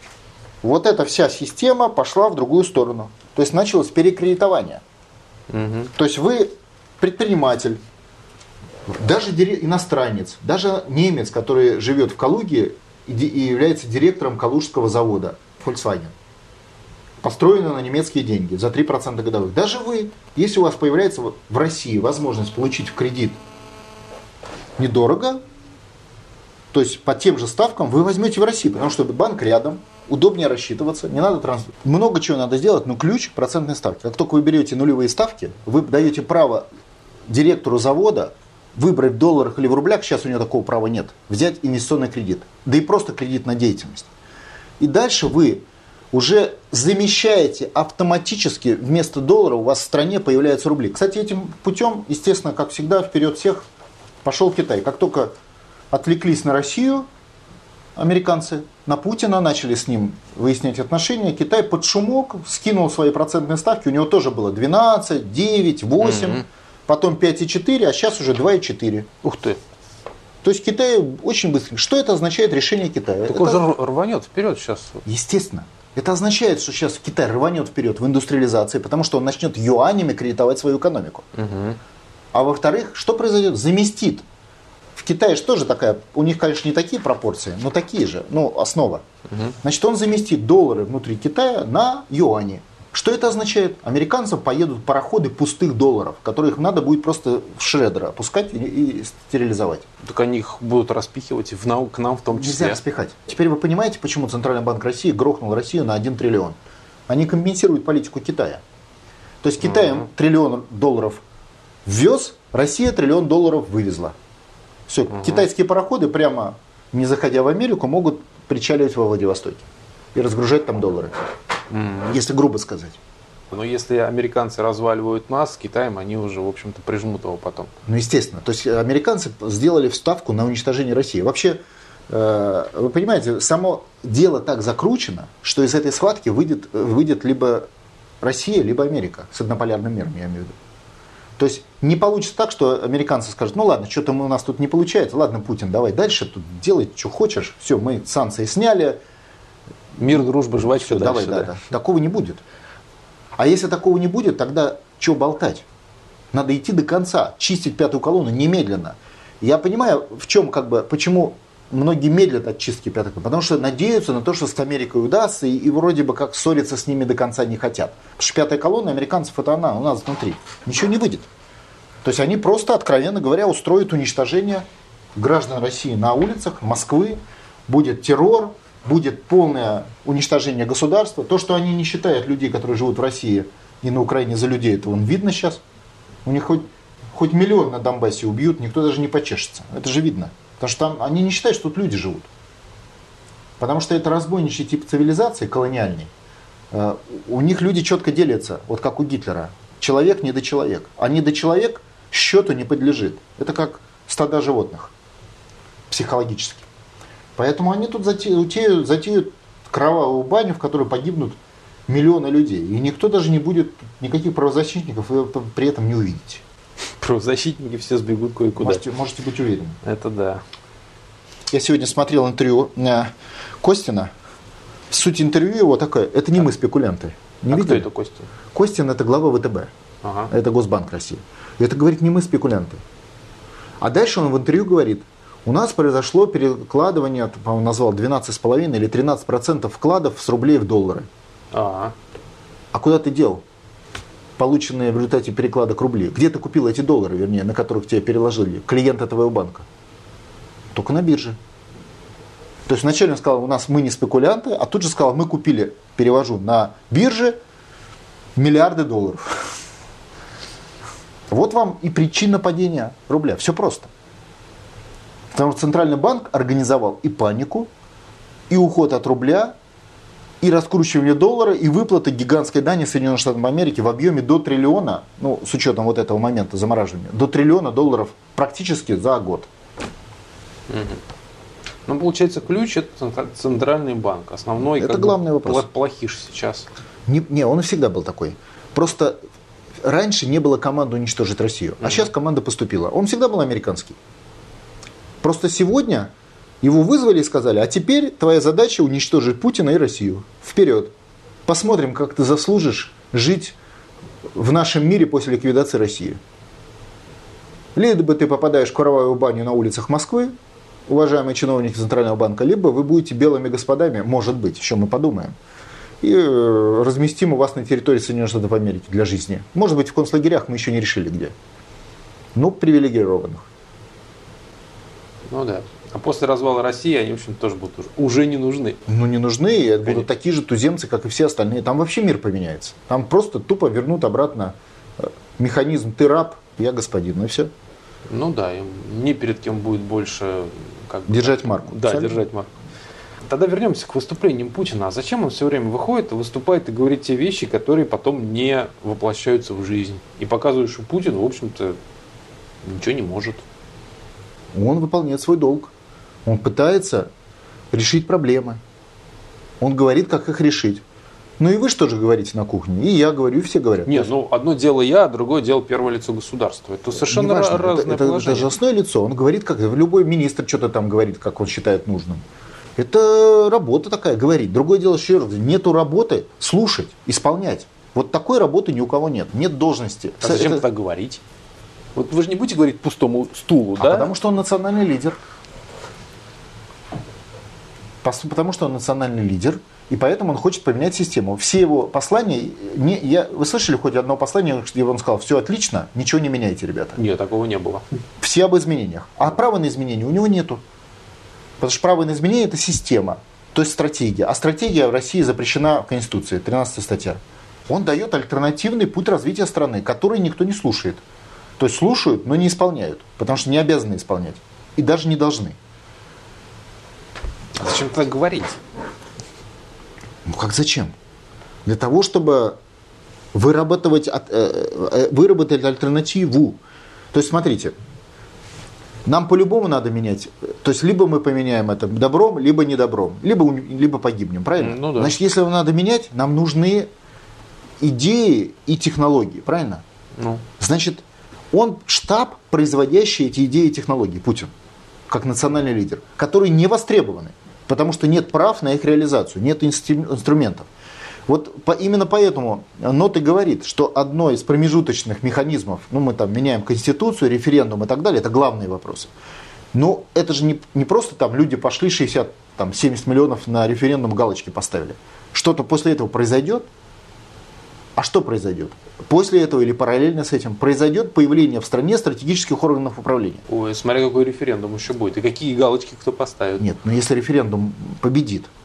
вот эта вся система пошла в другую сторону. То есть началось перекредитование. Угу. То есть вы предприниматель, даже иностранец, даже немец, который живет в Калуге и является директором калужского завода Volkswagen, построено на немецкие деньги за 3% годовых. Даже вы, если у вас появляется в России возможность получить в кредит недорого, то есть по тем же ставкам вы возьмете в России, потому что банк рядом, удобнее рассчитываться, не надо трансфер. Много чего надо сделать, но ключ – процентные ставки. Как только вы берете нулевые ставки, вы даете право директору завода выбрать в долларах или в рублях, сейчас у него такого права нет, взять инвестиционный кредит, да и просто кредит на деятельность. И дальше вы уже замещаете автоматически вместо доллара, у вас в стране появляются рубли. Кстати, этим путем, естественно, как всегда, вперед всех пошел Китай. Как только отвлеклись на Россию американцы, на Путина, начали с ним выяснять отношения, Китай под шумок скинул свои процентные ставки, у него тоже было 12, 9, 8, потом 5,4, а сейчас уже 2,4. Ух ты! То есть Китай очень быстро. Что это означает решение Китая? Так он же рванет вперед сейчас. Естественно. Это означает, что сейчас Китай рванет вперед в индустриализации, потому что он начнет юанями кредитовать свою экономику. Угу. А во-вторых, что произойдет? Заместит. В Китае же тоже такая, у них, конечно, не такие пропорции, но такие же, основа. Угу. Значит, он заместит доллары внутри Китая на юани. Что это означает? Американцам поедут пароходы пустых долларов, которых надо будет просто в шредер опускать и стерилизовать. Так они их будут распихивать к нам в том числе. Нельзя распихать. Теперь вы понимаете, почему Центральный банк России грохнул Россию на 1 триллион? Они компенсируют политику Китая. То есть Китай триллион долларов ввез, Россия $1 триллион вывезла. Все, китайские пароходы прямо не заходя в Америку могут причаливать во Владивостоке и разгружать там доллары. Если грубо сказать. Но если американцы разваливают нас с Китаем, они уже, в общем-то, прижмут его потом. Ну, естественно. То есть американцы сделали ставку на уничтожение России. Вообще, вы понимаете, само дело так закручено, что из этой схватки выйдет либо Россия, либо Америка с однополярным миром, я имею в виду. То есть не получится так, что американцы скажут, ну ладно, что-то у нас тут не получается, ладно, Путин, давай дальше, тут делай, что хочешь, все, мы санкции сняли. Мир, дружба, жвачка, все, дальше. Давай, да. Такого не будет. А если такого не будет, тогда что болтать? Надо идти до конца, чистить пятую колонну немедленно. Я понимаю, в чем, почему многие медлят от чистки пятой колонны. Потому что надеются на то, что с Америкой удастся, и вроде бы как ссориться с ними до конца не хотят. Потому что пятая колонна американцев это она, у нас внутри. Ничего не выйдет. То есть они просто, откровенно говоря, устроят уничтожение граждан России на улицах, Москвы, будет террор, будет полное уничтожение государства. То, что они не считают людей, которые живут в России и на Украине, за людей, это вон видно сейчас. У них хоть миллион на Донбассе убьют, никто даже не почешется. Это же видно. Потому что там они не считают, что тут люди живут. Потому что это разбойничий тип цивилизации, колониальный. У них люди четко делятся, вот как у Гитлера. Человек, недочеловек. А недочеловек счету не подлежит. Это как стада животных. Психологически. Поэтому они тут затеют кровавую баню, в которой погибнут миллионы людей. И никто даже не будет, никаких правозащитников вы при этом не увидите. Правозащитники все сбегут кое-куда. Можете быть уверены. Это да. Я сегодня смотрел интервью Костина. Суть интервью его такая. Это не мы спекулянты. Не видели? Кто это Костин? Костин это глава ВТБ. Ага. Это Госбанк России. И это говорит не мы спекулянты. А дальше он в интервью говорит, у нас произошло перекладывание, по-моему, назвал 12,5 или 13% вкладов с рублей в доллары. А куда ты дел полученные в результате перекладок рублей? Где ты купил эти доллары, вернее, на которых тебе переложили клиент этого банка? Только на бирже. То есть вначале он сказал, у нас мы не спекулянты, а тут же сказал, мы купили, перевожу, на бирже миллиарды долларов. Вот вам и причина падения рубля. Все просто. Потому что Центральный банк организовал и панику, и уход от рубля, и раскручивание доллара, и выплаты гигантской дани Соединенным Штатам Америки в объеме до триллиона, ну, с учетом вот этого момента замораживания, до триллиона долларов практически за год. Ну, получается, ключ – это Центральный банк. Основной, это главный вопрос. Плохиш сейчас. Не, он и всегда был такой. Просто раньше не было команды уничтожить Россию, а сейчас команда поступила. Он всегда был американский. Просто сегодня его вызвали и сказали, а теперь твоя задача уничтожить Путина и Россию. Вперед. Посмотрим, как ты заслужишь жить в нашем мире после ликвидации России. Либо ты попадаешь в кровавую баню на улицах Москвы, уважаемые чиновники Центрального банка, либо вы будете белыми господами, может быть, еще мы подумаем, и разместим у вас на территории Соединенных Штатов Америки для жизни. Может быть, в концлагерях мы еще не решили где. Ну, привилегированных. Ну да. А после развала России они, в общем, тоже будут уже не нужны. Ну, не нужны, и это будут такие же туземцы, как и все остальные. Там вообще мир поменяется. Там просто тупо вернут обратно механизм «ты раб, я господин», и все. Ну да, им не перед кем будет больше... держать марку. Да, абсолютно. Держать марку. Тогда вернемся к выступлениям Путина. А зачем он все время выходит и выступает и говорит те вещи, которые потом не воплощаются в жизнь? И показывает, что Путин, в общем-то, ничего не может. Он выполняет свой долг. Он пытается решить проблемы. Он говорит, как их решить. Ну и вы что же говорите на кухне? И я говорю, и все говорят. Нет, ну одно дело я, а другое дело первое лицо государства. Это совершенно разное положение. Это должностное лицо. Он говорит, как любой министр что-то там говорит, как он считает нужным. Это работа такая, говорить. Другое дело, еще раз, нету работы слушать, исполнять. Вот такой работы ни у кого нет. Нет должности. А зачем так говорить? Вот вы же не будете говорить пустому стулу, да? Потому что он национальный лидер. Потому что он национальный лидер, и поэтому он хочет поменять систему. Все его послания... Вы слышали хоть одно послание, где он сказал, все отлично, ничего не меняйте, ребята? Нет, такого не было. Все об изменениях. А права на изменения у него нету. Потому что право на изменение – это система, то есть стратегия. А стратегия в России запрещена в Конституции, 13 статья. Он дает альтернативный путь развития страны, который никто не слушает. То есть слушают, но не исполняют, потому что не обязаны исполнять. И даже не должны. А зачем так говорить? Ну как зачем? Для того, чтобы выработать альтернативу. То есть смотрите, нам по-любому надо менять. То есть либо мы поменяем это добром, либо недобром, либо погибнем, правильно? Ну, да. Значит, если нам надо менять, нам нужны идеи и технологии, правильно? Ну. Значит, он штаб, производящий эти идеи и технологии, Путин, как национальный лидер, которые не востребованы, потому что нет прав на их реализацию, нет инструментов. Вот именно поэтому НОТ и говорит, что одно из промежуточных механизмов, ну мы там меняем конституцию, референдум и так далее, это главные вопросы. Но это же не просто там люди пошли 60-70 миллионов на референдум галочки поставили. Что-то после этого произойдет? А что произойдет? После этого или параллельно с этим произойдет появление в стране стратегических органов управления. Ой, смотря какой референдум еще будет. И какие галочки кто поставит. Нет, но если референдум победит,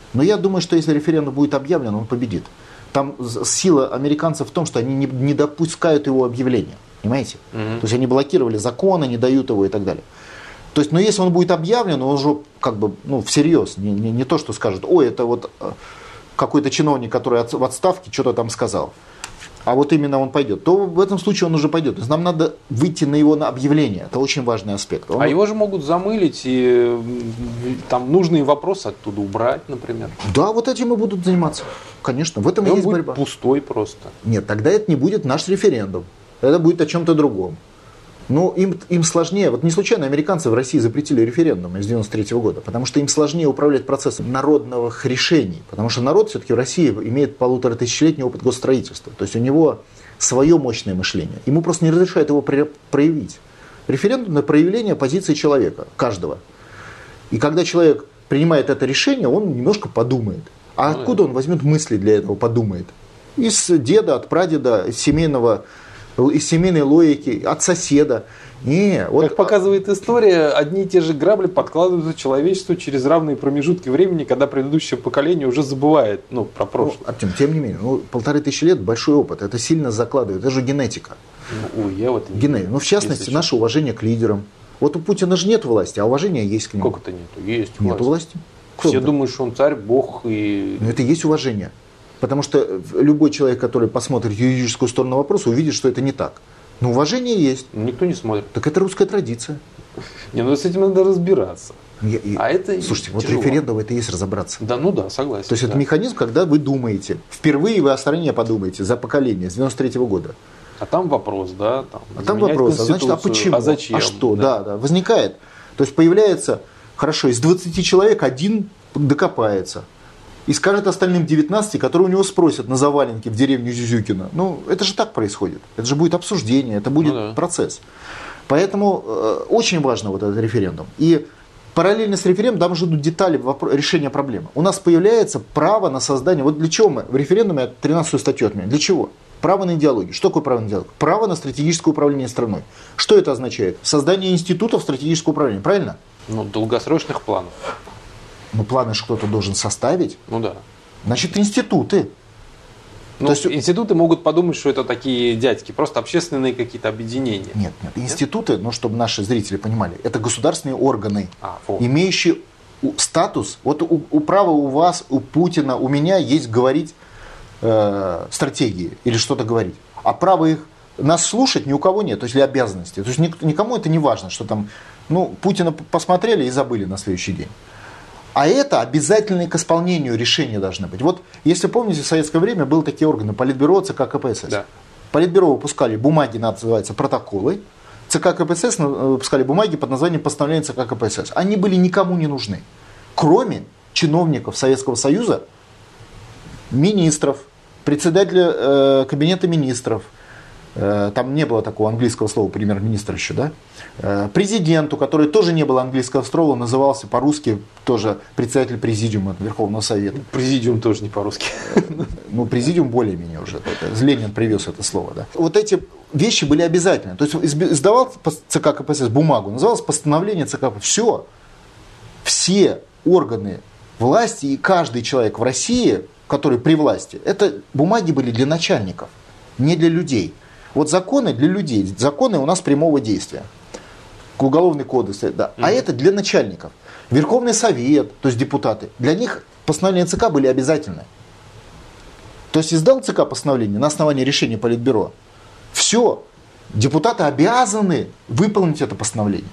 Но я думаю, что если референдум будет объявлен, он победит. Там сила американцев в том, что они не допускают его объявления. Понимаете? То есть они блокировали законы, не дают его и так далее. То есть, но если он будет объявлен, он уже как бы, всерьез, не то, что скажут, ой, это вот какой-то чиновник, который в отставке что-то там сказал. А вот именно он пойдет, то в этом случае он уже пойдет. То есть нам надо выйти на его объявление. Это очень важный аспект. А его же могут замылить и там нужные вопросы оттуда убрать, например. Да, вот этим и будут заниматься. Конечно, в этом и он есть будет борьба. Пустой просто. Нет, тогда это не будет наш референдум. Это будет о чем-то другом. Но им сложнее. Вот не случайно американцы в России запретили референдум с 1993 года, потому что им сложнее управлять процессом народных решений. Потому что народ все-таки в России имеет 1500-летний опыт госстроительства. То есть у него свое мощное мышление. Ему просто не разрешают его проявить. Референдум на проявление позиции человека, каждого. И когда человек принимает это решение, он немножко подумает. А откуда он возьмет мысли для этого подумает? Из деда, от прадеда, из семейной логики, от соседа. Как показывает история, одни и те же грабли подкладываются человечеству через равные промежутки времени, когда предыдущее поколение уже забывает про прошлое. Артем, тем не менее, 1500 лет большой опыт, это сильно закладывает, это же генетика. Я вот в частности, наше уважение к лидерам. Вот у Путина же нет власти, а уважение есть к нему. Как это нету? Есть Нету власти. Все думают, что он царь, бог и... Но это и есть уважение. Потому что любой человек, который посмотрит юридическую сторону вопроса, увидит, что это не так. Но уважение есть. Никто не смотрит. Так это русская традиция. С этим надо разбираться. Слушайте, вот референдум это и есть разобраться. Да, согласен. То есть это механизм, когда вы думаете, впервые вы о стране подумаете за поколение с 93 года. А там вопрос, да? Там вопрос, значит, а почему? А зачем? А что? Да, возникает. То есть появляется, хорошо, из 20 человек один докопается. И скажет остальным 19, которые у него спросят на заваленке в деревню Зюзюкино. Это же так происходит. Это же будет обсуждение, это будет процесс. Поэтому очень важно вот этот референдум. И параллельно с референдумом там ждут детали решения проблемы. У нас появляется право на создание... Вот для чего мы в референдуме 13-ю статью отменяем? Для чего? Право на идеологию. Что такое право на идеологию? Право на стратегическое управление страной. Что это означает? Создание институтов стратегического управления. Правильно? Долгосрочных планов. Планы же кто-то должен составить. Да. Значит, институты. То есть институты могут подумать, что это такие дядьки, просто общественные какие-то объединения. Нет. Институты, чтобы наши зрители понимали, это государственные органы, имеющие статус. Вот у права у вас, у Путина, у меня есть говорить стратегии или что-то говорить. А право их нас слушать ни у кого нет, то есть или обязанности. То есть никому это не важно, что там, Путина посмотрели и забыли на следующий день. А это обязательные к исполнению решения должны быть. Вот, если помните, в советское время были такие органы, Политбюро, ЦК КПСС. Да. Политбюро выпускали бумаги, называются протоколы. ЦК КПСС выпускали бумаги под названием постановления ЦК КПСС. Они были никому не нужны, кроме чиновников Советского Союза, министров, председателя кабинета министров. Там не было такого английского слова, премьер-министр еще, да? Президенту, который тоже не было английского слова, назывался по-русски тоже председатель президиума Верховного Совета. Президиум тоже не по-русски. Президиум более-менее уже. Ленин привез это слово, да. Вот эти вещи были обязательны. То есть издавал ЦК КПСС бумагу, называлось постановление ЦК КПСС. Все органы власти и каждый человек в России, который при власти, это бумаги были для начальников, не для людей. Вот законы для людей, законы у нас прямого действия. Уголовный кодекс, да. А это для начальников. Верховный Совет, то есть депутаты, для них постановления ЦК были обязательны. То есть издал ЦК постановление на основании решения Политбюро. Все, депутаты обязаны выполнить это постановление.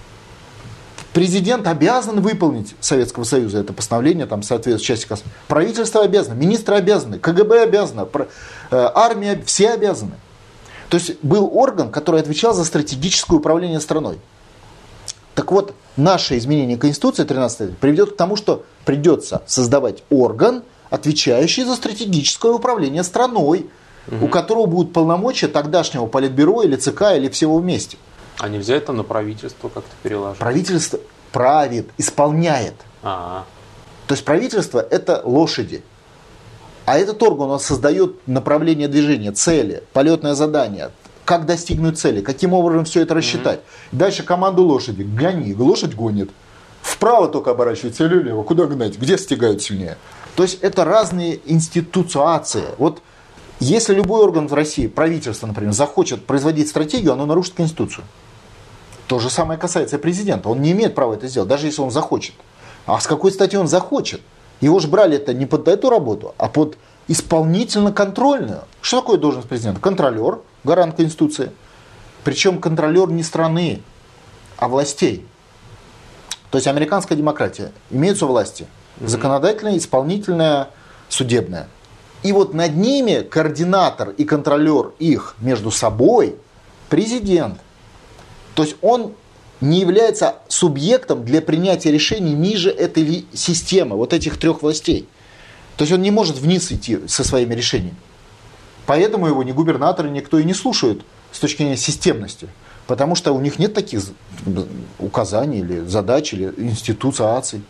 Президент обязан выполнить Советского Союза это постановление, там, соответствующей части. Правительство обязано, министры обязаны, КГБ обязано, армия, все обязаны. То есть был орган, который отвечал за стратегическое управление страной. Так вот, наше изменение Конституции 13 приведет к тому, что придется создавать орган, отвечающий за стратегическое управление страной, у которого будут полномочия тогдашнего Политбюро или ЦК или всего вместе. А нельзя это на правительство как-то переложить? Правительство правит, исполняет. То есть правительство это лошади. А этот орган, он создает направление движения, цели, полетное задание, как достигнуть цели, каким образом все это рассчитать. Дальше команду лошади, гони, лошадь гонит. Вправо только оборачивается или влево? Куда гнать? Где стягают сильнее? То есть это разные институции. Вот если любой орган в России, правительство, например, захочет производить стратегию, оно нарушит Конституцию. То же самое касается и президента. Он не имеет права это сделать, даже если он захочет. А с какой стати он захочет? Его же брали это не под эту работу, а под исполнительно-контрольную. Что такое должность президента? Контролер, гарант Конституции. Причем контролер не страны, а властей. То есть американская демократия. Имеются власти. Законодательная, исполнительная, судебная. И вот над ними координатор и контролер их между собой президент. То есть он не является субъектом для принятия решений ниже этой системы, вот этих трех властей. То есть он не может вниз идти со своими решениями. Поэтому его ни губернаторы, никто и не слушают с точки зрения системности. Потому что у них нет таких указаний или задач, или институций.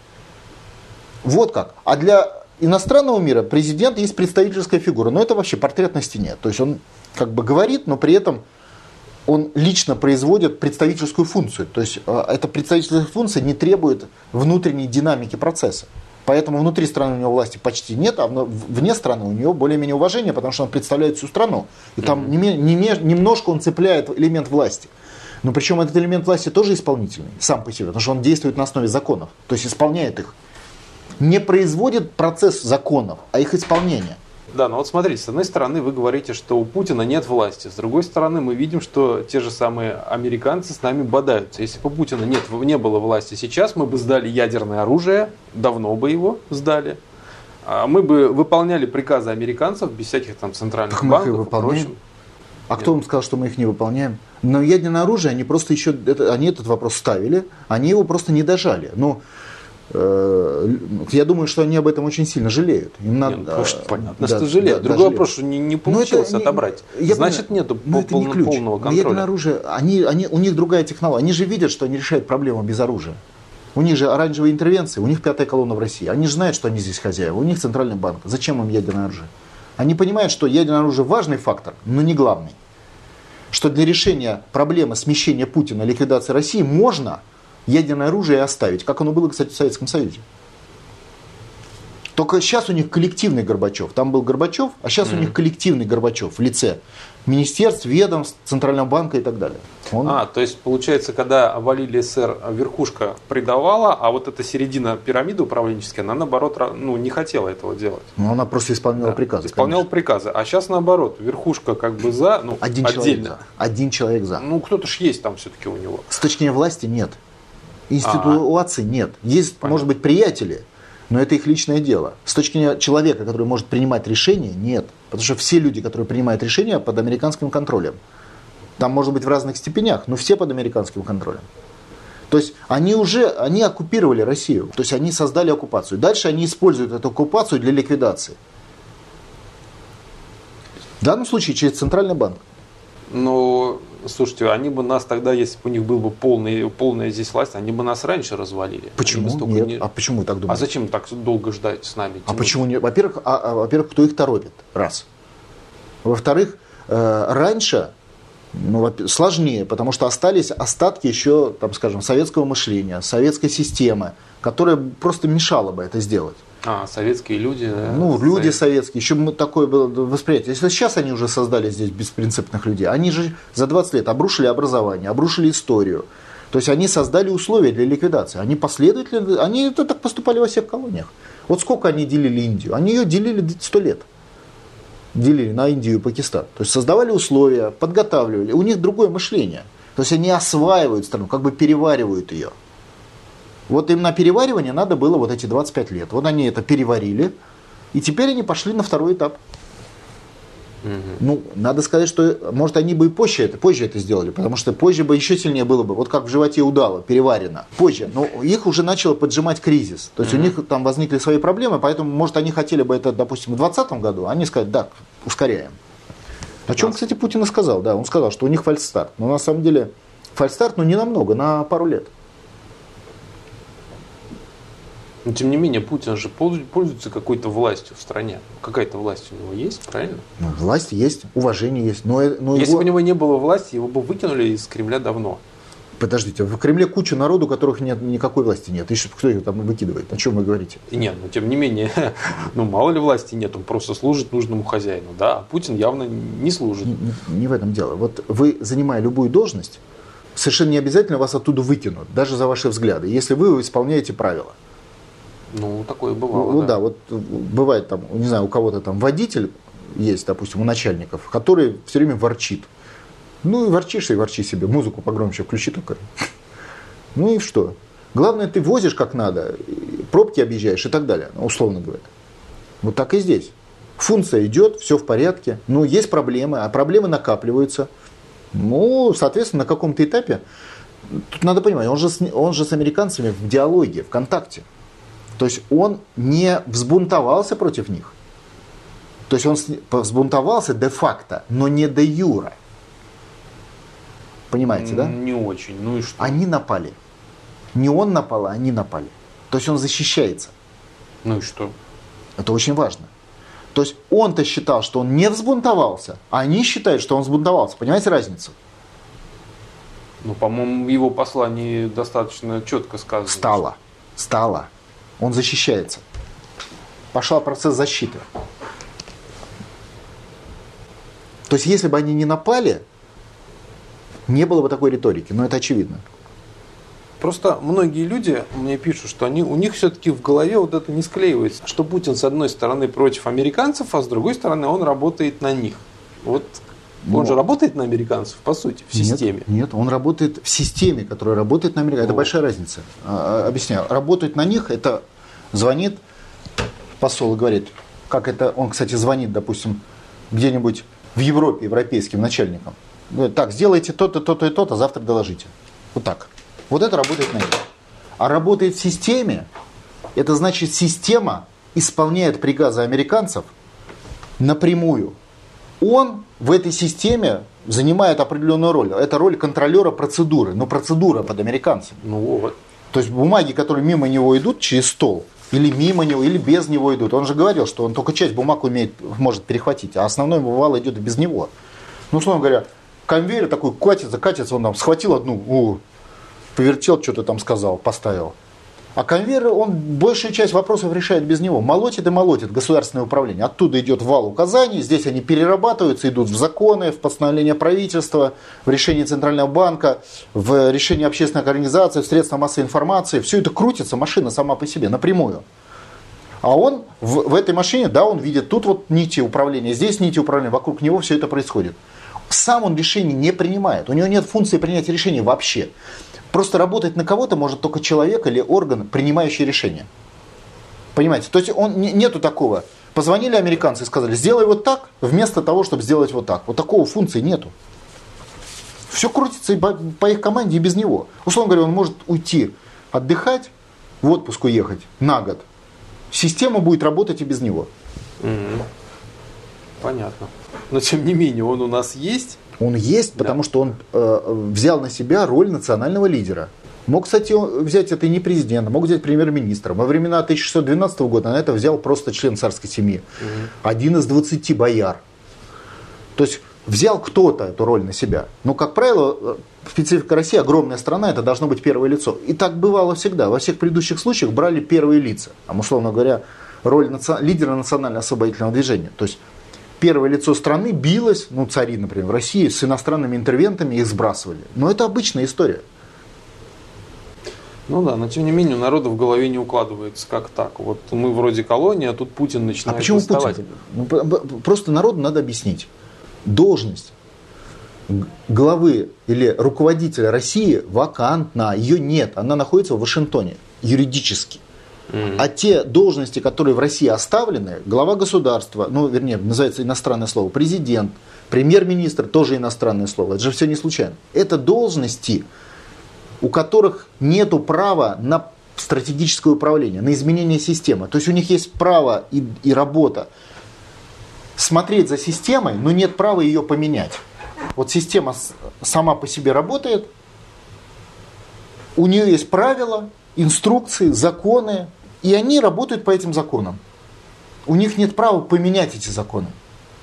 Вот как. А для иностранного мира президент есть представительская фигура. Но это вообще портрет на стене. То есть он как бы говорит, но при этом он лично производит представительскую функцию. То есть эта представительская функция не требует внутренней динамики процесса. Поэтому внутри страны у него власти почти нет, а вне страны у него более-менее уважение, потому что он представляет всю страну. И там немножко он цепляет элемент власти. Но причем этот элемент власти тоже исполнительный, сам по себе, потому что он действует на основе законов, то есть исполняет их. Не производит процесс законов, а их исполнение. Да, но вот смотрите, с одной стороны вы говорите, что у Путина нет власти, с другой стороны мы видим, что те же самые американцы с нами бодаются. Если бы у Путина не было власти сейчас, мы бы сдали ядерное оружие, давно бы его сдали. Мы бы выполняли приказы американцев без всяких там центральных банков и прочим. А кто вам сказал, что мы их не выполняем? Но ядерное оружие, они просто еще, они этот вопрос ставили, они его просто не дожали. Но я думаю, что они об этом очень сильно жалеют. Им надо, понятно, что жалеют. Другой вопрос, что не получилось отобрать. Значит, нет полного контроля. Ядерное оружие, у них другая технология. Они же видят, что они решают проблему без оружия. У них же оранжевые интервенции, у них пятая колонна в России. Они же знают, что они здесь хозяева. У них центральный банк. Зачем им ядерное оружие? Они понимают, что ядерное оружие важный фактор, но не главный. Что для решения проблемы смещения Путина, ликвидации России можно ядерное оружие оставить, как оно было, кстати, в Советском Союзе. Только сейчас у них коллективный Горбачев. Там был Горбачев, а сейчас у них коллективный Горбачев в лице министерств, ведомств, Центрального банка и так далее. То есть, получается, когда обвалили СССР, верхушка предавала, а вот эта середина пирамиды управленческая, она, наоборот, не хотела этого делать. Но она просто исполняла приказы. Исполняла приказы. А сейчас, наоборот, верхушка как бы за, отдельно. Один человек за. Кто-то ж есть там все-таки у него. С точки зрения власти нет. Институции нет. Есть, может быть, приятели, но это их личное дело. С точки зрения человека, который может принимать решения, нет. Потому что все люди, которые принимают решения, под американским контролем. Там, может быть, в разных степенях, но все под американским контролем. То есть они оккупировали Россию. То есть они создали оккупацию. Дальше они используют эту оккупацию для ликвидации. В данном случае через Центральный банк. Но, слушайте, они бы нас тогда, если бы у них была бы полная здесь власть, они бы нас раньше развалили. Почему? Нет. А почему вы так думаете? А зачем так долго ждать с нами? А почему нет? Во-первых, кто их торопит? Раз. Во-вторых, раньше сложнее, потому что остались остатки еще, там, скажем, советского мышления, советской системы, которая просто мешала бы это сделать. Советские люди. Да? Люди советские. Еще такое было восприятие. Если сейчас они уже создали здесь беспринципных людей, они же за 20 лет обрушили образование, обрушили историю. То есть они создали условия для ликвидации. Они последовательно, они так поступали во всех колониях. Вот сколько они делили Индию? Они ее делили 100 лет. Делили на Индию и Пакистан. То есть создавали условия, подготавливали. У них другое мышление. То есть они осваивают страну, как бы переваривают ее. Вот им на переваривание надо было вот эти 25 лет. Вот они это переварили, и теперь они пошли на второй этап. Надо сказать, что, может, они бы и позже это сделали, потому что позже бы еще сильнее было бы, вот как в животе удава, переварено. Позже, но их уже начало поджимать кризис. То есть у них там возникли свои проблемы, поэтому, может, они хотели бы это, допустим, в 2020 году, а они сказали, да, ускоряем. О чем, кстати, Путин и сказал, да, он сказал, что у них фальстарт. Но на самом деле фальстарт, не намного, на пару лет. Но, тем не менее, Путин же пользуется какой-то властью в стране. Какая-то власть у него есть, правильно? Власть есть, уважение есть. Но если бы у него не было власти, его бы выкинули из Кремля давно. Подождите, в Кремле куча народу, у которых нет, никакой власти нет. И кто ее там выкидывает? О чем вы говорите? Нет, но тем не менее, мало ли власти нет, он просто служит нужному хозяину, да, а Путин явно не служит. Не в этом дело. Вот вы, занимая любую должность, совершенно не обязательно вас оттуда выкинут, даже за ваши взгляды, если вы исполняете правила. Ну, такое бывало. Ну да, вот бывает там, не знаю, у кого-то там водитель есть, допустим, у начальников, который все время ворчит. Ну и ворчишь, и ворчи себе, музыку погромче включи только. Ну и что? Главное, ты возишь как надо, пробки объезжаешь и так далее, условно говоря. Вот так и здесь. Функция идет, все в порядке, но есть проблемы, а проблемы накапливаются. Ну, соответственно, на каком-то этапе, тут надо понимать, он же с американцами в диалоге, в контакте. То есть он не взбунтовался против них. То есть он взбунтовался де-факто, но не де-юре. Понимаете, да? Не очень. Ну и что? Они напали. Не он напал, а они напали. То есть он защищается. Ну и что? Это очень важно. То есть он-то считал, что он не взбунтовался, а они считают, что он взбунтовался. Понимаете разницу? Ну, по-моему, в его послании достаточно четко сказано. Стало. Он защищается. Пошел процесс защиты. То есть если бы они не напали, не было бы такой риторики, но это очевидно. Просто многие люди мне пишут, что у них все-таки в голове вот это не склеивается, что Путин с одной стороны против американцев, а с другой стороны он работает на них. Вот он же работает на американцев, по сути, в системе. Нет, он работает в системе, которая работает на американцев. Это большая разница. Объясняю. Работать на них, это звонит посол и говорит, как это, он, кстати, звонит, допустим, где-нибудь в Европе, европейским начальникам. Говорит, так, сделайте то-то, то-то и то-то, завтра доложите. Вот так. Вот это работает на них. А работает в системе, это значит, система исполняет приказы американцев напрямую. Он в этой системе занимает определенную роль. Это роль контролера процедуры. Но процедура под американцем. Ну вот. То есть бумаги, которые мимо него идут через стол, или мимо него, или без него идут. Он же говорил, что он только часть бумаг может перехватить, а основной бывало идет и без него. Ну, условно говоря, конвейер такой катится, он там схватил одну, повертел, что-то там сказал, поставил. А конвейер, он большую часть вопросов решает без него. Молотит и молотит государственное управление. Оттуда идет вал указаний, здесь они перерабатываются, идут в законы, в постановление правительства, в решение Центрального банка, в решение общественных организаций, в средства массовой информации. Все это крутится, машина сама по себе, напрямую. А он в этой машине, да, он видит, тут вот нити управления, здесь нити управления, вокруг него все это происходит. Сам он решений не принимает, у него нет функции принятия решений вообще. Просто работать на кого-то может только человек или орган, принимающий решение. Понимаете? То есть нету такого. Позвонили американцы и сказали, сделай вот так, вместо того, чтобы сделать вот так. Вот такого функции нету. Все крутится и по их команде и без него. Условно говоря, он может уйти отдыхать, в отпуск уехать на год. Система будет работать и без него. Понятно. Но тем не менее, он у нас есть. Он есть, потому что он взял на себя роль национального лидера. Мог, кстати, взять это и не президента, мог взять премьер-министра. Во времена 1612 года на это взял просто член царской семьи. Один из 20 бояр. То есть взял кто-то эту роль на себя. Но, как правило, специфика России, огромная страна, это должно быть первое лицо. И так бывало всегда. Во всех предыдущих случаях брали первые лица. Там, условно говоря, роль лидера национально-освободительного движения. То есть первое лицо страны билось, цари, например, в России, с иностранными интервентами, их сбрасывали. Но это обычная история. Ну да, но тем не менее у народа в голове не укладывается как так. Вот мы вроде колония, а тут Путин начинает восставать. Путин? Просто народу надо объяснить. Должность главы или руководителя России вакантна, ее нет, она находится в Вашингтоне юридически. А те должности, которые в России оставлены, глава государства, называется иностранное слово, президент, премьер-министр, тоже иностранное слово, это же все не случайно. Это должности, у которых нет права на стратегическое управление, на изменение системы. То есть у них есть право и работа смотреть за системой, но нет права ее поменять. Вот система сама по себе работает, у нее есть правила, инструкции, законы, и они работают по этим законам. У них нет права поменять эти законы,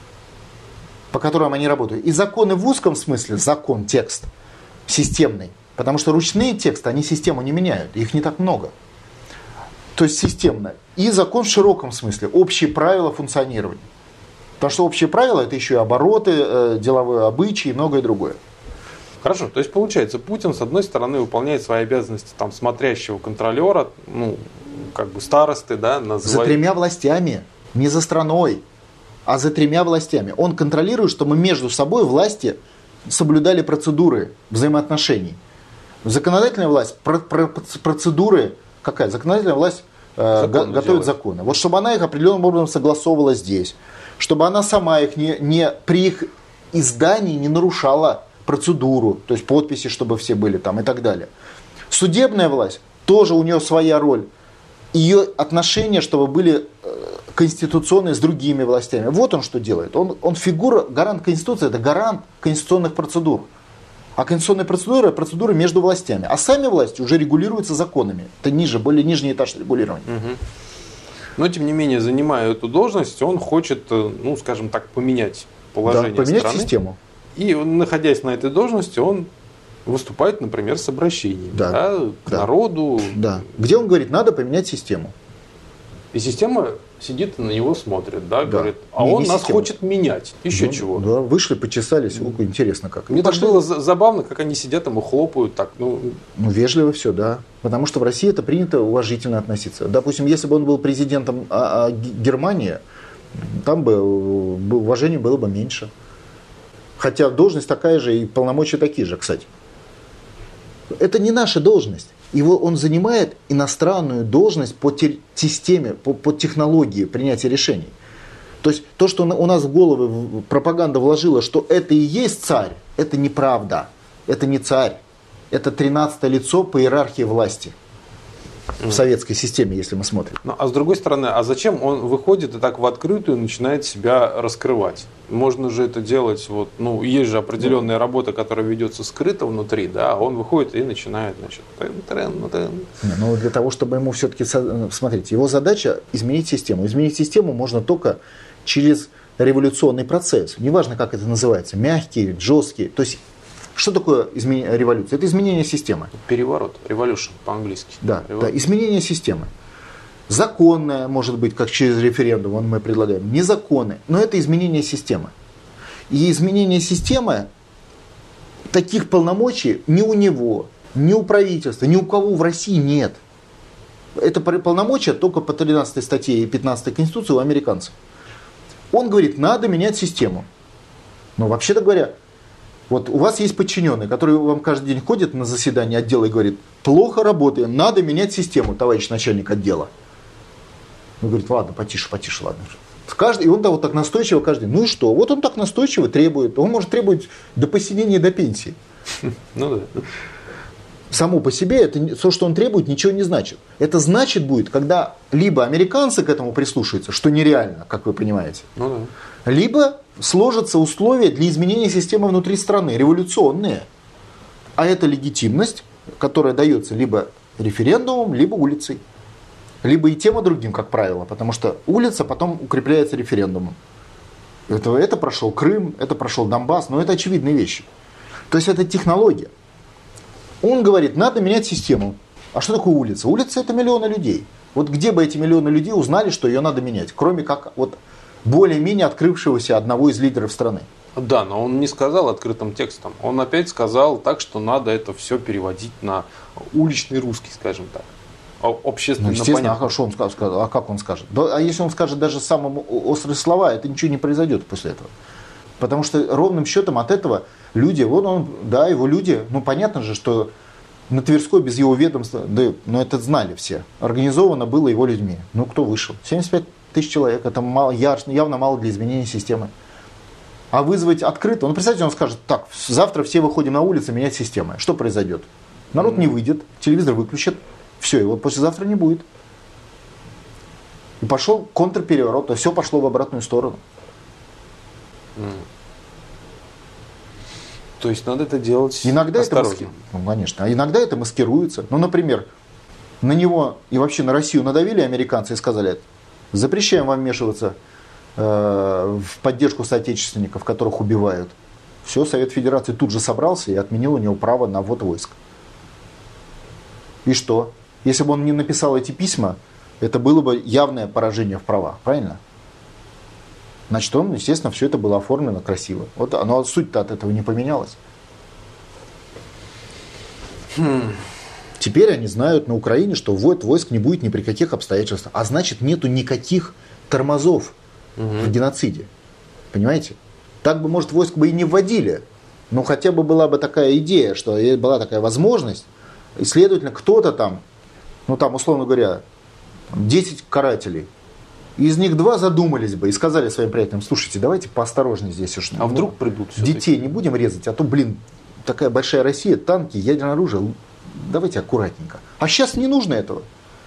по которым они работают. И законы в узком смысле, закон, текст, системный, Потому что ручные тексты, они систему не меняют, их не так много. То есть системно. И закон в широком смысле, общие правила функционирования. Потому что общие правила это еще и обороты, деловые обычаи и многое другое. Хорошо, то есть получается, Путин с одной стороны выполняет свои обязанности там смотрящего контролера, ну, как бы старосты, да, За 3 властями, не за страной, а за 3 властями. Он контролирует, чтобы между собой власти соблюдали процедуры взаимоотношений. Законодательная власть, процедуры, какая? Законодательная власть готовит законы. Вот чтобы она их определенным образом согласовывала здесь, чтобы она сама их при их издании не нарушала процедуру, то есть подписи, чтобы все были там и так далее. Судебная власть, тоже у нее своя роль. Ее отношения, чтобы были конституционные с другими властями. Вот он что делает. Он фигура, гарант Конституции, это гарант конституционных процедур. А конституционные процедуры между властями. А сами власти уже регулируются законами. Это более нижний этаж регулирования. Угу. Но, тем не менее, занимая эту должность, он хочет, ну, скажем так, поменять положение поменять страны. Систему. И, находясь на этой должности, он выступает, например, с обращениями к народу. Да. Где он говорит, надо поменять систему. И система сидит и на него смотрит, говорит, он нас хочет менять. Еще чего. Да, вышли, почесались, интересно как. Мне так было забавно, как они сидят там и хлопают так. Вежливо все, да. Потому что в России это принято уважительно относиться. Допустим, если бы он был президентом Германии, там бы уважения было бы меньше. Хотя должность такая же и полномочия такие же, кстати. Это не наша должность. Он занимает иностранную должность по системе, по технологии принятия решений. То есть то, что у нас в головы пропаганда вложила, что это и есть царь, это неправда. Это не царь. Это 13-е лицо по иерархии власти. В советской системе, если мы смотрим. А с другой стороны, а зачем он выходит и так в открытую начинает себя раскрывать? Можно же это делать, есть же определенная работа, которая ведется скрыто внутри, а он выходит и начинает, для того, чтобы ему все-таки, смотрите, его задача изменить систему. Изменить систему можно только через революционный процесс. Неважно, как это называется, мягкий, жесткий. То есть, что такое революция? Это изменение системы. Переворот, revolution по-английски. Да, изменение системы. Законное, может быть, как через референдум мы предлагаем. Незаконное, но это изменение системы. И изменение системы, таких полномочий ни у него, ни у правительства, ни у кого в России нет. Это полномочия только по 13 статье и 15 Конституции у американцев. Он говорит, надо менять систему. Но вообще-то говоря, вот у вас есть подчиненный, который вам каждый день ходит на заседание отдела и говорит, плохо работаем, надо менять систему, товарищ начальник отдела. Он говорит, ладно, потише, ладно. И он вот так настойчиво каждый день. Ну и что? Вот он так настойчиво требует. Он может требовать до посинения, до пенсии. Ну да. Само по себе, то, что он требует, ничего не значит. Это значит будет, когда либо американцы к этому прислушаются, что нереально, как вы понимаете, либо сложатся условия для изменения системы внутри страны, революционные. А это легитимность, которая дается либо референдумом, либо улицей. Либо и тем, и другим, как правило. Потому что улица потом укрепляется референдумом. Это прошел Крым, это прошел Донбасс, но это очевидные вещи. То есть это технология. Он говорит, надо менять систему. А что такое улица? Улица — это миллионы людей. Вот где бы эти миллионы людей узнали, что ее надо менять? Кроме как более-менее открывшегося одного из лидеров страны. Да, но он не сказал открытым текстом. Он опять сказал так, что надо это все переводить на уличный русский, скажем так. Общественно естественно, понятно. А что он сказал? А как он скажет? А если он скажет даже самые острые слова, это ничего не произойдет после этого. Потому что ровным счетом от этого люди, его люди, понятно же, что на Тверской без его ведомства, это знали все, организовано было его людьми. Кто вышел? 75 тысяч человек, это мало, явно мало для изменения системы. А вызвать открыто, представьте, он скажет, так, завтра все выходим на улицу менять систему. Что произойдет? Народ не выйдет, телевизор выключит, все, его послезавтра не будет. И пошел контрпереворот, все пошло в обратную сторону. То есть надо это делать иногда осторожно. Конечно. А иногда это маскируется. Например, на него и вообще на Россию надавили американцы и сказали, запрещаем вам вмешиваться в поддержку соотечественников, которых убивают. Все, Совет Федерации тут же собрался и отменил у него право на ввод войск. И что? Если бы он не написал эти письма, это было бы явное поражение в правах, правильно? Значит, он, естественно, все это было оформлено красиво. Вот оно, суть-то от этого не поменялась. Теперь они знают на Украине, что ввод войск не будет ни при каких обстоятельствах. А значит, нету никаких тормозов в геноциде. Понимаете? Так бы, может, войск бы и не вводили. Но хотя бы была бы такая идея, что была такая возможность. И, следовательно, кто-то там, ну там, условно говоря, 10 карателей. Из них 2 задумались бы и сказали своим приятелям: слушайте, давайте поосторожнее здесь. Уж, а вдруг придут все-таки? Детей не будем резать, а то, такая большая Россия, танки, ядерное оружие. Давайте аккуратненько. А сейчас не нужно этого.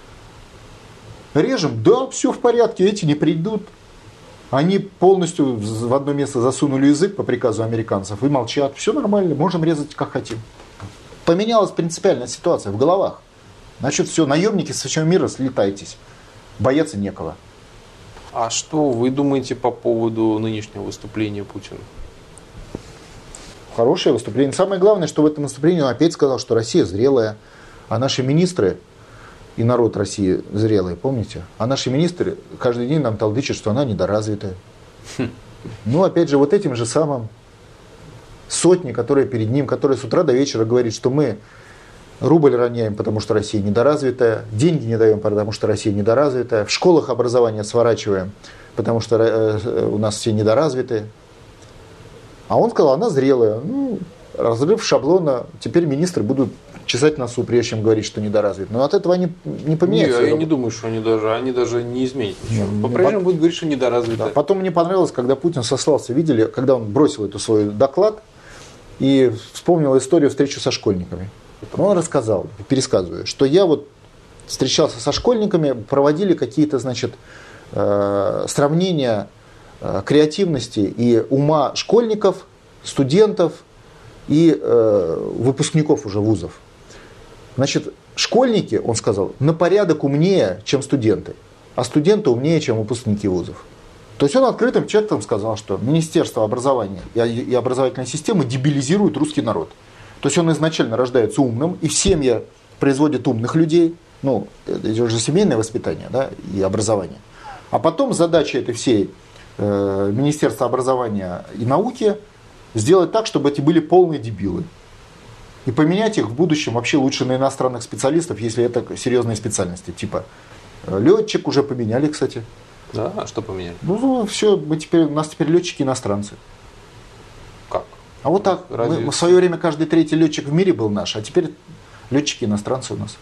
Режем, да, все в порядке, эти не придут. Они полностью в одно место засунули язык по приказу американцев и молчат. Все нормально, можем резать как хотим. Поменялась принципиальная ситуация в головах. Значит, все, наемники со всего мира, слетайтесь. Бояться некого. А что вы думаете по поводу нынешнего выступления Путина? Хорошее выступление. Самое главное, что в этом выступлении он опять сказал, что Россия зрелая, а наши министры и народ России зрелые, помните? А наши министры каждый день нам толдычат, что она недоразвитая. Ну, опять же, вот этим же самым сотни, которые перед ним, которые с утра до вечера говорит, что мы рубль роняем, потому что Россия недоразвитая, деньги не даем, потому что Россия недоразвитая, в школах образование сворачиваем, потому что у нас все недоразвитые. А он сказал, она зрелая. Ну, разрыв шаблона, теперь министры будут чесать носу, прежде чем говорить, что недоразвит. Но от этого они не поменяются. Я не думаю, что они даже не изменят ничего. По-прежнему будут говорить, что недоразвито. Да. Потом мне понравилось, когда Путин сослался, видели, когда он бросил эту свой доклад и вспомнил историю встречи со школьниками. Он рассказал, пересказывая, что я вот встречался со школьниками, проводили какие-то, значит, сравнения креативности и ума школьников, студентов и выпускников уже вузов. Значит, школьники, он сказал, на порядок умнее, чем студенты, а студенты умнее, чем выпускники вузов. То есть он открытым текстом сказал, что Министерство образования и образовательная система дебилизируют русский народ. То есть он изначально рождается умным, и в семье производит умных людей. Ну, это уже семейное воспитание, да, и образование. А потом задача этой всей Министерства образования и науки сделать так, чтобы эти были полные дебилы. И поменять их в будущем вообще лучше на иностранных специалистов, если это серьезные специальности. Типа летчик уже поменяли, кстати. Да, а что поменяли? Ну, все, у нас теперь летчики иностранцы. Как? А вот так. В свое время каждый третий летчик в мире был наш, а теперь летчики иностранцы у нас.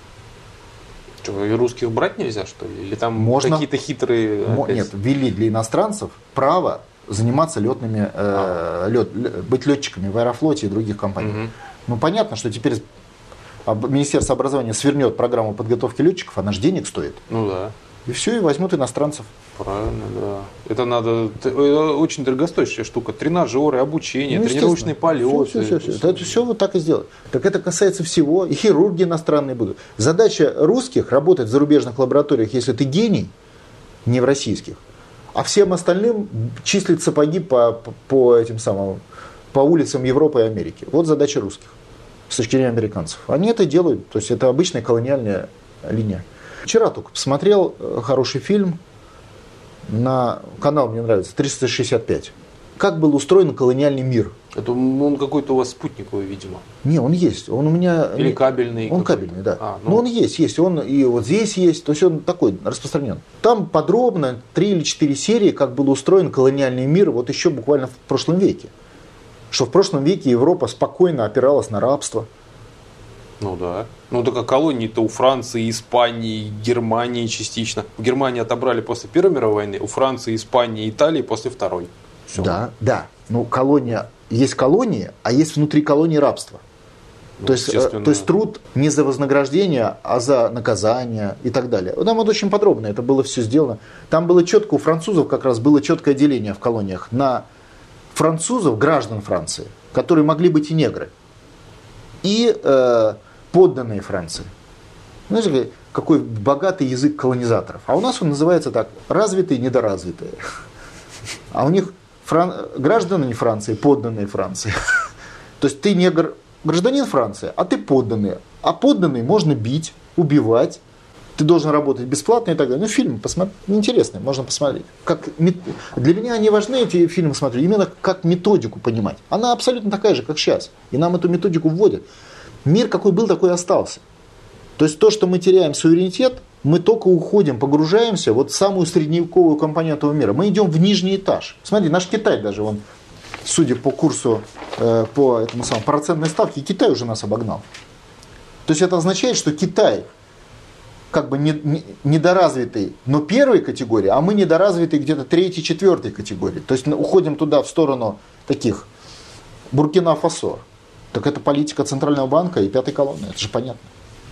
Что, и русских брать нельзя, что ли? Или там можно, какие-то хитрые... Нет, ввели для иностранцев право заниматься летными, быть летчиками в Аэрофлоте и других компаниях. Угу. Ну, понятно, что теперь Министерство образования свернет программу подготовки летчиков, она же денег стоит. Ну да. И все, и возьмут иностранцев. Правильно, да. Это очень дорогостоящая штука. Тренажеры, обучение, тренировочные полеты. Все. Это все вот так и сделать. Так это касается всего. И хирурги иностранные будут. Задача русских работать в зарубежных лабораториях, если ты гений, не в российских. А всем остальным числить сапоги по улицам Европы и Америки. Вот задача русских с точки зрения американцев. Они это делают. То есть это обычная колониальная линия. Вчера только посмотрел хороший фильм на канал, мне нравится, 365. Как был устроен колониальный мир. Это он какой-то у вас спутниковый, видимо. Не, он есть. Он у меня... Или кабельный. Он кабельный, да. Но он есть. Он и вот здесь есть. То есть он такой распространен. Там подробно 3 или 4 серии, как был устроен колониальный мир вот еще буквально в прошлом веке. Что в прошлом веке Европа спокойно опиралась на рабство. Ну да. Ну так а колонии-то у Франции, Испании, Германии частично. В Германии отобрали после Первой мировой войны, у Франции, Испании, Италии после Второй. Все. Да. Ну колония, есть колонии, а есть внутри колонии рабство. Ну, то есть труд не за вознаграждение, а за наказание и так далее. Там вот очень подробно это было все сделано. Там было четко, у французов как раз было четкое деление в колониях на французов, граждан Франции, которые могли быть и негры, и подданные Франции. Знаете, какой богатый язык колонизаторов. А у нас он называется так: развитые, недоразвитые. А у них граждане Франции, подданные Франции. То есть ты негр, гражданин Франции, а ты подданный. А подданные можно бить, убивать. Ты должен работать бесплатно и так далее. Ну, фильм интересный, можно посмотреть. Для меня они важны, эти фильмы смотрю, именно как методику понимать. Она абсолютно такая же, как сейчас. И нам эту методику вводят. Мир какой был, такой и остался. То есть то, что мы теряем суверенитет, мы только уходим, погружаемся вот в самую средневековую компоненту мира. Мы идем в нижний этаж. Смотри, наш Китай даже, он, судя по курсу, по этому самому процентной ставке, Китай уже нас обогнал. То есть это означает, что Китай как бы недоразвитый, но первой категории, а мы недоразвитый где-то третьей, четвертой категории. То есть уходим туда в сторону таких Буркина-Фасо. Так это политика Центрального банка и пятой колонны, это же понятно.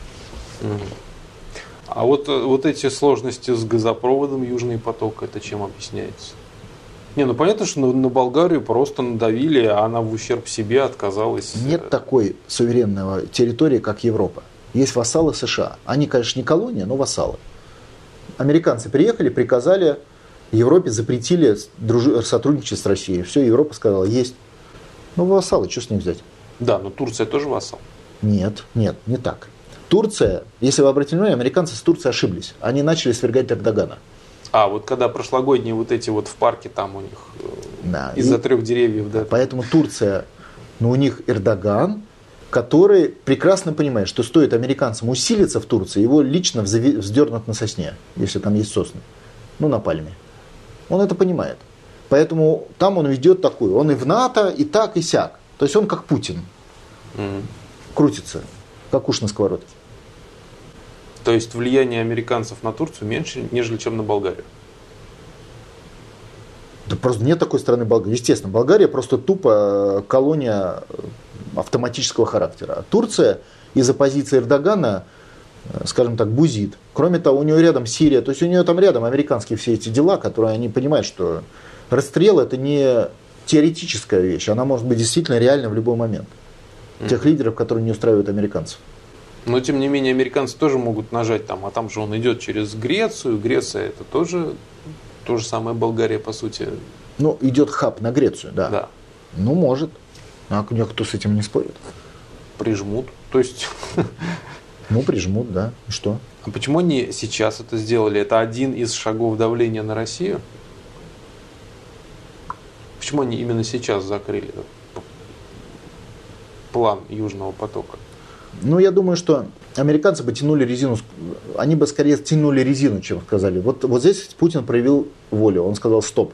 А вот эти сложности с газопроводом Южный поток, это чем объясняется? Ну понятно, что на Болгарию просто надавили, а она в ущерб себе отказалась. Нет такой суверенной территории, как Европа. Есть вассалы США. Они, конечно, не колония, но вассалы. Американцы приехали, приказали Европе, запретили сотрудничать с Россией. Все, Европа сказала, есть. Ну, вассалы, что с них взять? Да, но Турция тоже вассал. Нет, не так. Турция, если вы обратили внимание, американцы с Турцией ошиблись. Они начали свергать Эрдогана. А, вот когда прошлогодние вот эти вот в парке там у них, да, из-за 3 деревьев. Да. Поэтому Турция, у них Эрдоган, который прекрасно понимает, что стоит американцам усилиться в Турции, его лично вздернут на сосне, если там есть сосны, на пальме. Он это понимает. Поэтому там он ведет такую, он и в НАТО, и так, и сяк. То есть он как Путин. Крутится, как уж на сковородке. То есть влияние американцев на Турцию меньше, нежели чем на Болгарию? Да просто нет такой страны Болгарии. Естественно, Болгария просто тупо колония автоматического характера. А Турция из-за позиции Эрдогана, скажем так, бузит. Кроме того, у него рядом Сирия, то есть у нее там рядом американские все эти дела, которые они понимают, что расстрел это не теоретическая вещь, она может быть действительно реальна в любой момент. Тех лидеров, которые не устраивают американцев. Но тем не менее американцы тоже могут нажать там, а там же он идет через Грецию. Греция это тоже то же самое Болгария по сути. Идет хаб на Грецию, да. Да. Может. А никто с этим не спорит. Прижмут. То есть. Прижмут, да. И что? А почему они сейчас это сделали? Это один из шагов давления на Россию? Почему они именно сейчас закрыли этот план Южного потока? Я думаю, что американцы бы тянули резину, они бы скорее тянули резину, чем сказали. Вот здесь Путин проявил волю, он сказал стоп.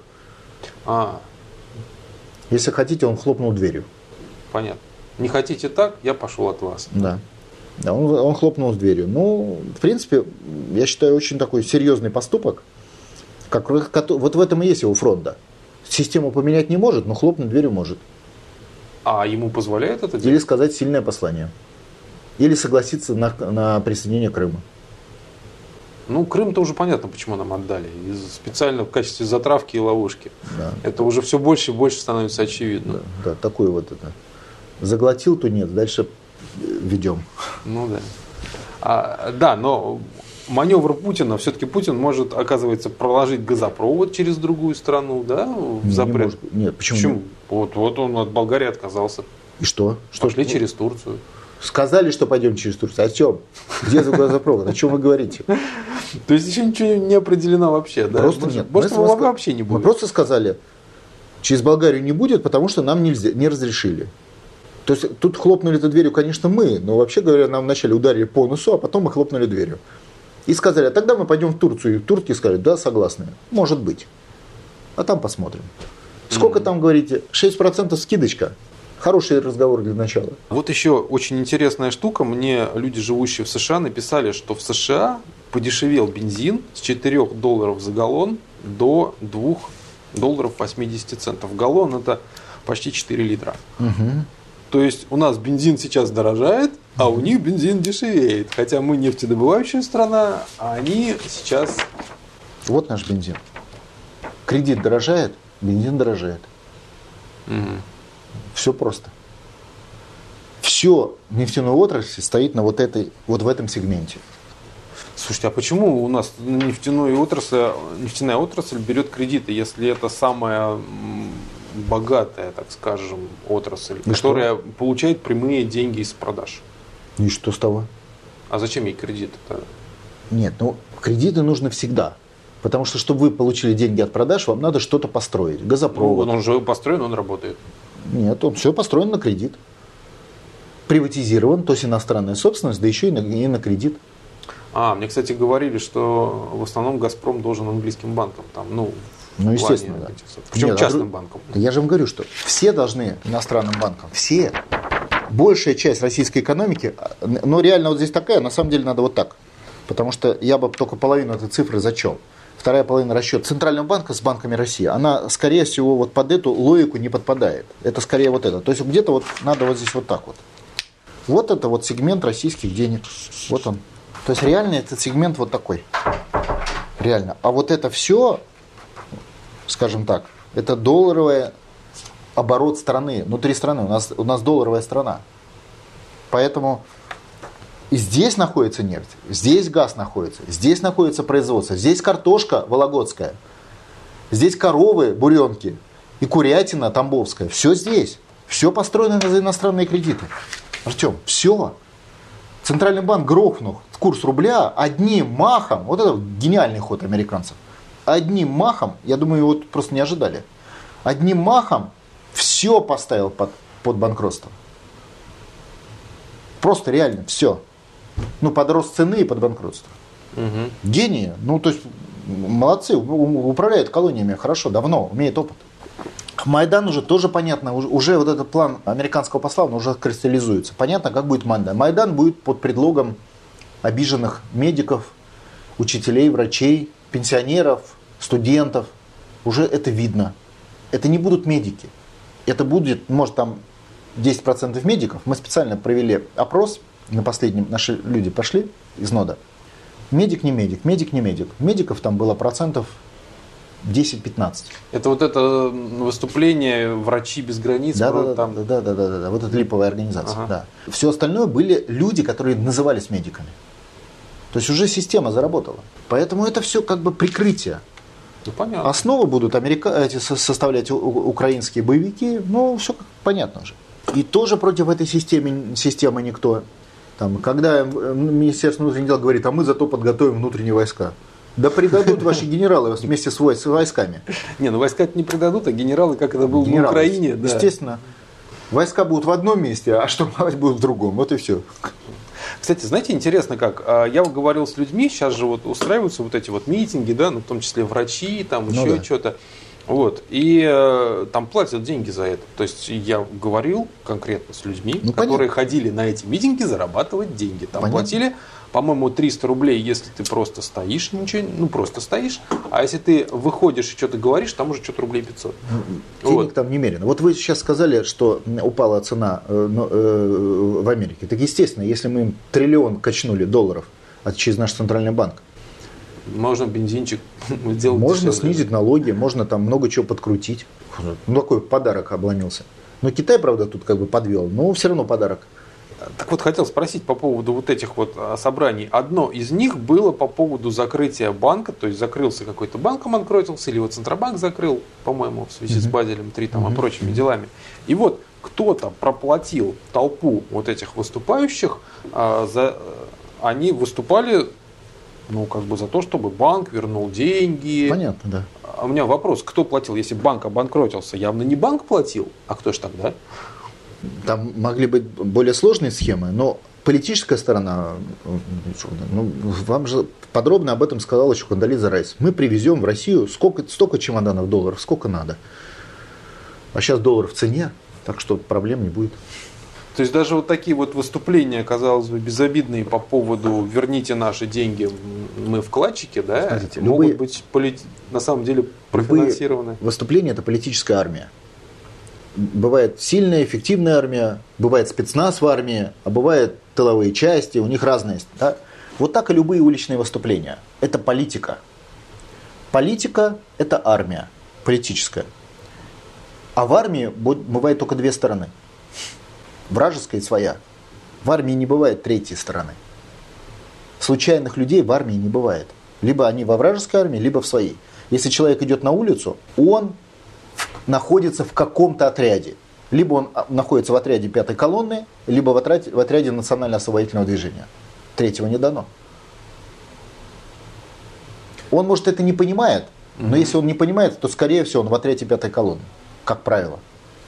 Если хотите, он хлопнул дверью. Понятно. Не хотите так, я пошел от вас. Да, он хлопнул дверью. В принципе, я считаю, очень такой серьезный поступок. Вот в этом и есть его фронт, да. Систему поменять не может, но хлопнуть дверью может. А ему позволяет это делать? Или сказать сильное послание. Или согласиться на присоединение Крыма. Крым-то уже понятно, почему нам отдали. Специально в качестве затравки и ловушки. Да. Это уже все больше и больше становится очевидно. Да, такое вот это. Заглотил тунец, дальше ведем. Да, но маневр Путина, все-таки Путин может, оказывается, проложить газопровод через другую страну, да, в запрет. Нет, почему? Вот он от Болгарии отказался. И что? Пошли через Турцию. Сказали, что пойдем через Турцию. О чем? Где за газопровод? О чем вы говорите? То есть еще ничего не определено вообще, да? Просто нет. Может, вообще не будет. Мы просто сказали, через Болгарию не будет, потому что нам не разрешили. То есть тут хлопнули эту дверью, конечно, мы, но вообще говоря, нам вначале ударили по носу, а потом мы хлопнули дверью. И сказали, а тогда мы пойдем в Турцию. И турки сказали, да, согласны. Может быть. А там посмотрим. Сколько там, говорите? 6% скидочка. Хороший разговор для начала. Вот еще очень интересная штука. Мне люди, живущие в США, написали, что в США подешевел бензин с $4 за галлон до $2.80. Галлон это почти 4 литра. То есть у нас бензин сейчас дорожает, а у них бензин дешевеет. Хотя мы нефтедобывающая страна, а они сейчас... Вот наш бензин. Кредит дорожает, бензин дорожает. Все просто. Все нефтяной отрасль стоит на в этом сегменте. Слушайте, а почему у нас нефтяная отрасль берет кредиты, если это самая богатая, так скажем, отрасль, которая получает прямые деньги из продаж? И что с того? А зачем ей кредит? Нет, кредиты нужны всегда. Потому что, чтобы вы получили деньги от продаж, вам надо что-то построить. Газопровод. Он же построен, он работает. Нет, он все построен на кредит. Приватизирован, то есть иностранная собственность, да еще и на кредит. Мне, кстати, говорили, что в основном «Газпром» должен английским банкам. Естественно, да. Причем частным банкам. Я же вам говорю, что все должны иностранным банкам. Все. Большая часть российской экономики, но реально вот здесь такая, на самом деле надо вот так. Потому что я бы только половину этой цифры зачел. Вторая половина расчет Центрального банка с банками России, она, скорее всего, вот под эту логику не подпадает. Это скорее вот это. То есть где-то вот надо вот здесь вот так вот. Вот это вот сегмент российских денег. Вот он. То есть реально этот сегмент вот такой. Реально. А вот это все, скажем так, это долларовый оборот страны. Внутри страны. У нас долларовая страна. Поэтому и здесь находится нефть, здесь газ находится, здесь находится производство, здесь картошка вологодская, здесь коровы, буренки и курятина тамбовская. Все здесь. Все построено за иностранные кредиты. Артем, все. Центральный банк грохнул курс рубля одним махом. Вот это гениальный ход американцев. Одним махом, я думаю, его просто не ожидали. Одним махом все поставил под банкротство. Просто реально все. Под рост цены и под банкротство. Угу. Гении. То есть молодцы, управляют колониями хорошо, давно, умеют опыт. Майдан уже тоже понятно, уже вот этот план американского посла, он уже кристаллизуется. Понятно, как будет Майдан. Майдан будет под предлогом обиженных медиков, учителей, врачей, пенсионеров, студентов. Уже это видно. Это не будут медики. Это будет, может, там 10% медиков. Мы специально провели опрос. На последнем наши люди пошли из нода. Медик, не медик, медик, не медик. Медиков там было 10-15%. Это вот это выступление «Врачи без границ». Да. Вот это липовая организация. Ага. Да. Все остальное были люди, которые назывались медиками. То есть уже система заработала. Поэтому это все как бы прикрытие. Понятно. Основу будут составлять украинские боевики. Все понятно же. И тоже против этой системы никто. Когда Министерство внутренних дел говорит, а мы зато подготовим внутренние войска. Да предадут ваши генералы вместе с войсками. Войска это не предадут, а генералы, как это было на Украине. Да. Естественно. Войска будут в одном месте, а штурмовать будут в другом. Вот и все. Кстати, знаете, интересно как, я говорил с людьми, сейчас же устраиваются вот эти митинги, да, в том числе врачи, еще что-то. И там платят деньги за это. То есть я говорил конкретно с людьми, которые ходили на эти митинги зарабатывать деньги. Там платили, по-моему, 300 рублей, если ты просто стоишь, просто стоишь. А если ты выходишь и что-то говоришь, там уже что-то рублей 500. Денег там немерено. Вот вы сейчас сказали, что упала цена в Америке. Так естественно, если мы им триллион качнули долларов через наш центральный банк, можно бензинчик сделать. Можно снизить налоги, можно там много чего подкрутить. Такой подарок обломился. Но Китай, правда, тут как бы подвел, но все равно подарок. Так вот, хотел спросить по поводу вот этих собраний. Одно из них было по поводу закрытия банка, то есть закрылся какой-то банк, обанкротился, или Центробанк закрыл, по-моему, в связи с Базелем 3 и прочими делами. И кто-то проплатил толпу вот этих выступающих, они выступали за то, чтобы банк вернул деньги. Понятно, да. А у меня вопрос, кто платил, если банк обанкротился? Явно не банк платил, а кто ж тогда? Там могли быть более сложные схемы, но политическая сторона, вам же подробно об этом сказал еще Кондолиза Райс. Мы привезем в Россию столько чемоданов долларов, сколько надо. А сейчас доллар в цене, так что проблем не будет. То есть даже такие выступления, казалось бы, безобидные по поводу «верните наши деньги, мы вкладчики», да, смотрите, могут быть на самом деле профинансированы. Выступления – это политическая армия. Бывает сильная, эффективная армия, бывает спецназ в армии, а бывает тыловые части, у них разные. Да? Вот так и любые уличные выступления. Это политика. Политика – это армия политическая. А в армии бывает только две стороны. Вражеская и своя. В армии не бывает третьей стороны. Случайных людей в армии не бывает. Либо они во вражеской армии, либо в своей. Если человек идет на улицу, он находится в каком-то отряде. Либо он находится в отряде 5-й колонны, либо в отряде национально-освободительного движения. Третьего не дано. Он, может, это не понимает, но если он не понимает, то, скорее всего, он в отряде 5-й колонны, как правило.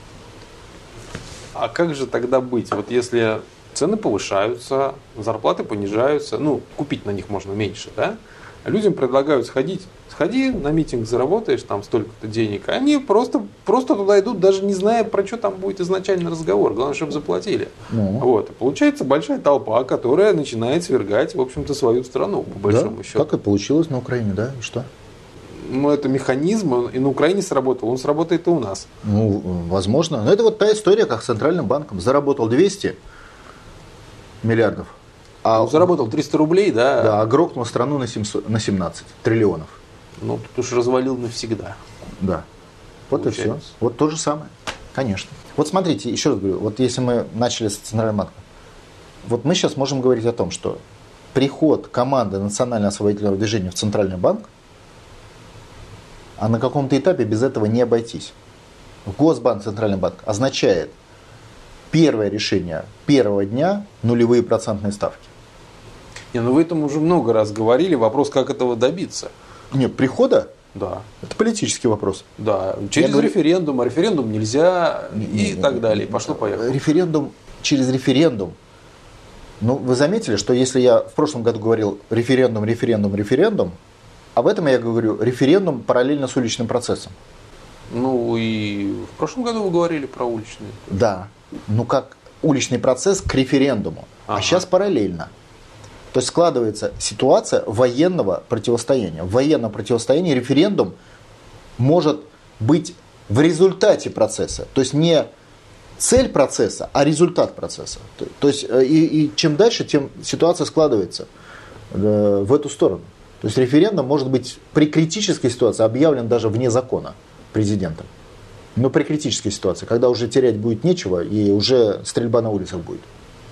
А как же тогда быть? Вот если цены повышаются, зарплаты понижаются, ну, купить на них можно меньше, да? Людям предлагают сходи на митинг, заработаешь там столько-то денег. Они просто туда идут, даже не зная, про что там будет изначально разговор. Главное, чтобы заплатили. Вот. И получается большая толпа, которая начинает свергать, в общем-то, свою страну, по большому счету. Так и получилось на Украине, да? И что? Ну, это механизм, и на Украине сработал, он сработает и у нас. Ну, возможно. Но это вот та история, как с Центральным банком. Заработал 200 миллиардов. Заработал 300 рублей, да? Да, а грохнул страну на 17 триллионов. Ну, тут уж развалил навсегда. Да. Вот получается. И все. Вот то же самое. Конечно. Вот смотрите, еще раз говорю, вот если мы начали с Центральным банком, вот мы сейчас можем говорить о том, что приход команды национально-освободительного движения в Центральный банк, а на каком-то этапе без этого не обойтись. Госбанк, Центральный банк означает первое решение первого дня нулевые процентные ставки. Ну вы этом уже много раз говорили. Вопрос, как этого добиться. Нет, прихода? Да. Это политический вопрос. Да. Через референдум. А референдум нельзя и так далее. Пошло-поехало. Через референдум. Ну, вы заметили, что если я в прошлом году говорил референдум, а в этом я говорю референдум параллельно с уличным процессом. Ну и в прошлом году вы говорили про уличный. Да. Ну как уличный процесс к референдуму. А сейчас параллельно. То есть складывается ситуация военного противостояния. В военном противостоянии референдум может быть в результате процесса. То есть не цель процесса, а результат процесса. То есть и чем дальше, тем ситуация складывается в эту сторону. То есть референдум может быть при критической ситуации объявлен даже вне закона президентом. Но при критической ситуации, когда уже терять будет нечего и уже стрельба на улицах будет.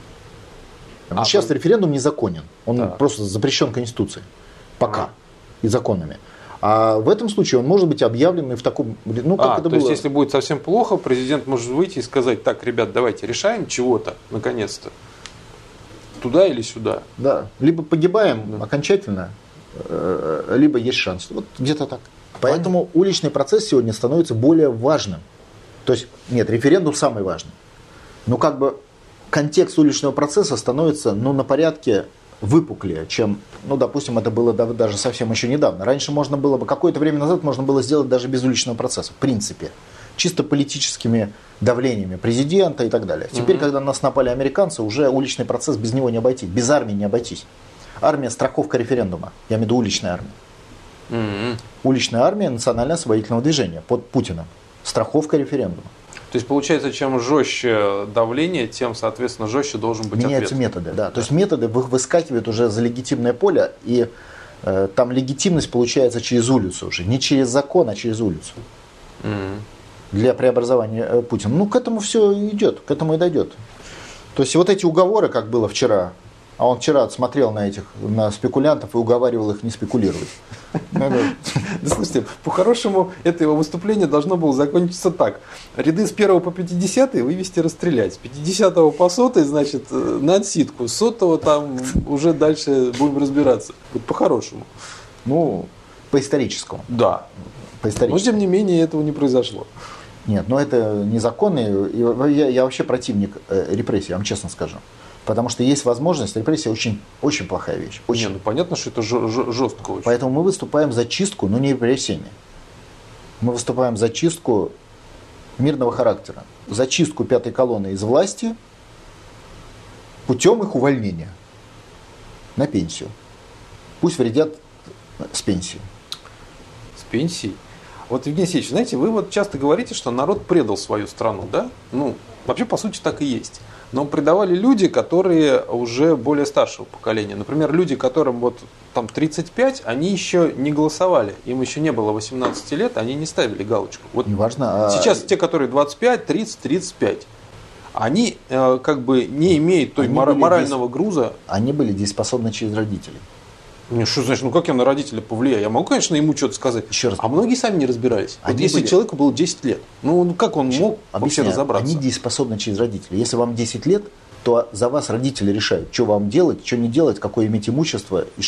Сейчас референдум незаконен. Он просто запрещен Конституцией. Пока. И законами. А в этом случае он может быть объявлен и в таком... Ну, как это то было. Есть, если будет совсем плохо, президент может выйти и сказать: так, ребят, давайте решаем чего-то, наконец-то. Туда или сюда. Да. Либо погибаем окончательно, либо есть шанс. Вот где-то так. Поэтому уличный процесс сегодня становится более важным. То есть, нет, референдум самый важный. Но как бы контекст уличного процесса становится на порядке выпуклее, чем, допустим, это было даже совсем еще недавно. Раньше можно было бы, какое-то время назад можно было сделать даже без уличного процесса, в принципе. Чисто политическими давлениями президента и так далее. Теперь, когда на нас напали американцы, уже уличный процесс без него не обойтись, без армии не обойтись. Армия – страховка референдума, я имею в виду уличная армия. Уличная армия национально-освободительного движения под Путиным. Страховка референдума. То есть, получается, чем жестче давление, тем, соответственно, жестче должен быть меняются ответ. Методы, да. То есть методы выскакивают уже за легитимное поле, и там легитимность получается через улицу уже. Не через закон, а через улицу. Для преобразования Путина. К этому все идет, к этому и дойдет. То есть вот эти уговоры, как было вчера, а он вчера смотрел на спекулянтов и уговаривал их не спекулировать. Да слушайте, по-хорошему, это его выступление должно было закончиться так. Ряды с 1 по 50 вывести расстрелять. С 50 по 100, значит, на отсидку. С 100 там уже дальше будем разбираться. Вот по-хорошему. По историческому. Да. Но, тем не менее, этого не произошло. Нет, это незаконно. Я вообще противник репрессий, я вам честно скажу. Потому что есть возможность, репрессия очень, очень плохая вещь. Очень. Понятно, что это жестко очень. Поэтому мы выступаем за чистку, но не репрессиями. Мы выступаем за чистку мирного характера. За чистку 5-й колонны из власти путем их увольнения на пенсию. Пусть вредят с пенсии. С пенсией? Вот, Евгений Алексеевич, знаете, вы вот часто говорите, что народ предал свою страну, да? Вообще, по сути, так и есть. Но предавали люди, которые уже более старшего поколения. Например, люди, которым 35, они еще не голосовали. Им еще не было 18 лет, они не ставили галочку. Неважно. Сейчас те, которые 25, 30, 35, они не имеют той морального груза. Они были дееспособны через родителей. Ну, что значит, ну как я на родителя повлияю? Я могу, конечно, ему что-то сказать. Еще раз. А многие сами не разбирались. Вот если человеку было 10 лет, ну как он мог вообще разобраться? Они дееспособны через родителей. Если вам 10 лет, то за вас родители решают, что вам делать, что не делать, какое иметь имущество и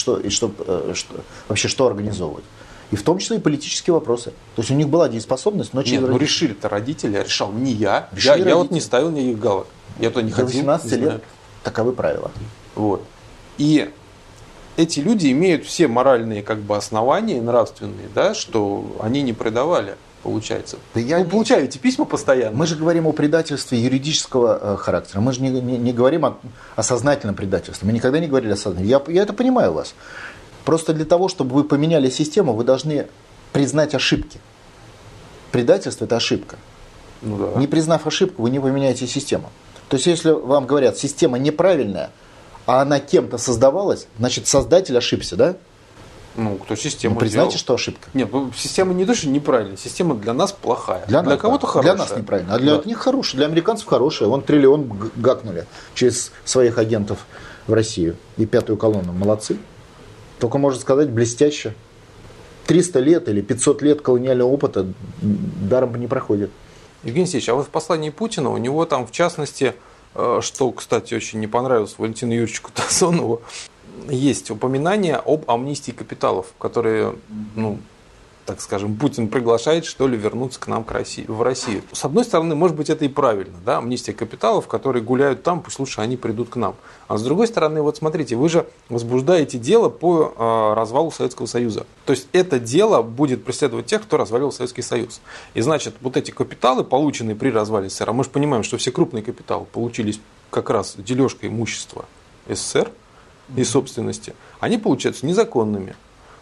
вообще что организовывать. И в том числе и политические вопросы. То есть у них была дееспособность, но через родителей. Ну решили-то родители, а решал не я. Я вот не ставил никаких галок. Я туда не ходил. До 18 лет таковы правила. Вот. И эти люди имеют все моральные основания, нравственные, да, что они не предавали, получается. Да получаю эти письма постоянно. Мы же говорим о предательстве юридического характера. Мы же не говорим о сознательном предательстве. Мы никогда не говорили о сознательном. Я это понимаю вас. Просто для того, чтобы вы поменяли систему, вы должны признать ошибки. Предательство – это ошибка. Ну, да. Не признав ошибку, вы не поменяете систему. То есть, если вам говорят, система неправильная, а она кем-то создавалась, значит, создатель ошибся, да? Ну, кто систему признайте, сделал. что ошибка. Нет, система не то, что неправильная, система для нас плохая. Для кого-то хорошая. Для нас неправильно, а для них хорошая. Для американцев хорошая. Вон триллион гакнули через своих агентов в Россию. И пятую колонну. Молодцы. Только можно сказать, блестяще. 300 лет или 500 лет колониального опыта даром не проходит. Евгений Алексеевич, а вот в послании Путина у него там, в частности, что, кстати, очень не понравилось Валентину Юрьевичу Кутасонову, есть упоминание об амнистии капиталов, которые, так скажем, Путин приглашает, что ли, вернуться к нам в Россию. С одной стороны, может быть, это и правильно, да, амнистия капиталов, которые гуляют там, пусть лучше они придут к нам. А с другой стороны, вот смотрите, вы же возбуждаете дело по развалу Советского Союза. То есть это дело будет преследовать тех, кто развалил Советский Союз. И значит, вот эти капиталы, полученные при развале СССР, а мы же понимаем, что все крупные капиталы получились как раз дележкой имущества СССР и собственности, они получаются незаконными.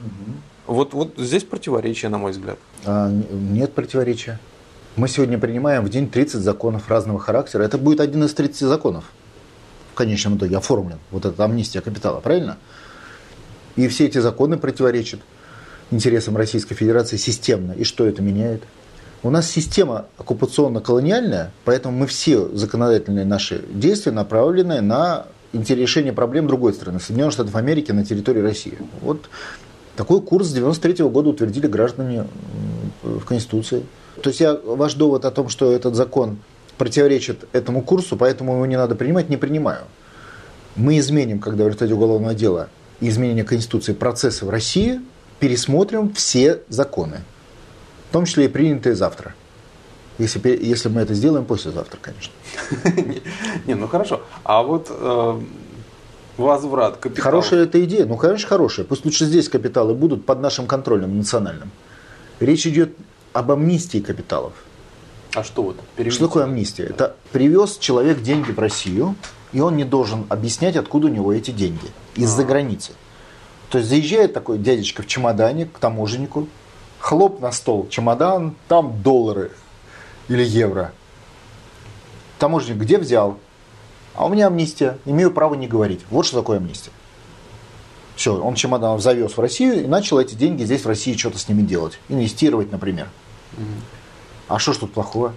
Вот здесь противоречие, на мой взгляд. Нет противоречия. Мы сегодня принимаем в день 30 законов разного характера. Это будет один из 30 законов. В конечном итоге оформлен. Вот эта амнистия капитала, правильно? И все эти законы противоречат интересам Российской Федерации системно. И что это меняет? У нас система оккупационно-колониальная, поэтому мы все законодательные наши действия направлены на решение проблем другой страны, Соединенных Штатов Америки на территории России. Вот такой курс с 1993 года утвердили граждане в Конституции. То есть ваш довод о том, что этот закон противоречит этому курсу, поэтому его не надо принимать, не принимаю. Мы изменим, когда в результате уголовного дела и изменения Конституции процессы в России, пересмотрим все законы, в том числе и принятые завтра. Если мы это сделаем послезавтра, конечно. Не, ну хорошо. А вот возврат капитала. Хорошая эта идея. Ну, конечно, хорошая. Пусть лучше здесь капиталы будут под нашим контролем национальным. Речь идет об амнистии капиталов. А что вот? Что такое амнистия? Это привез человек деньги в Россию, и он не должен объяснять, откуда у него эти деньги. Из-за границы. То есть заезжает такой дядечка в чемодане к таможеннику, хлоп на стол, чемодан, там доллары или евро. Таможенник где взял? А у меня амнистия, имею право не говорить. Вот что такое амнистия. Все, он чемодан завез в Россию и начал эти деньги здесь в России что-то с ними делать. Инвестировать, например. А что ж тут плохого?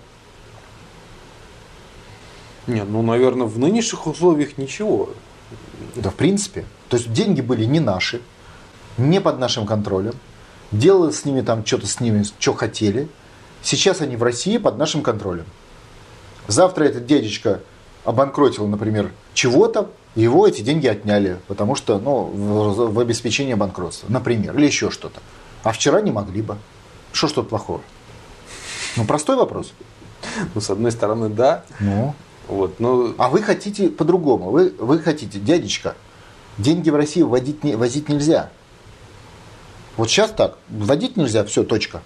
Нет, наверное, в нынешних условиях ничего. Да, в принципе. То есть деньги были не наши, не под нашим контролем. Делали с ними там что-то с ними, что хотели. Сейчас они в России под нашим контролем. Завтра этот дядечка обанкротил, например, чего-то, его эти деньги отняли, потому что в обеспечении банкротства, например, или еще что-то. А вчера не могли бы. Что ж тут плохого? Простой вопрос. С одной стороны, да. А вы хотите по-другому. Вы хотите, дядечка, деньги в Россию возить нельзя. Вот сейчас так, вводить нельзя, все, точка.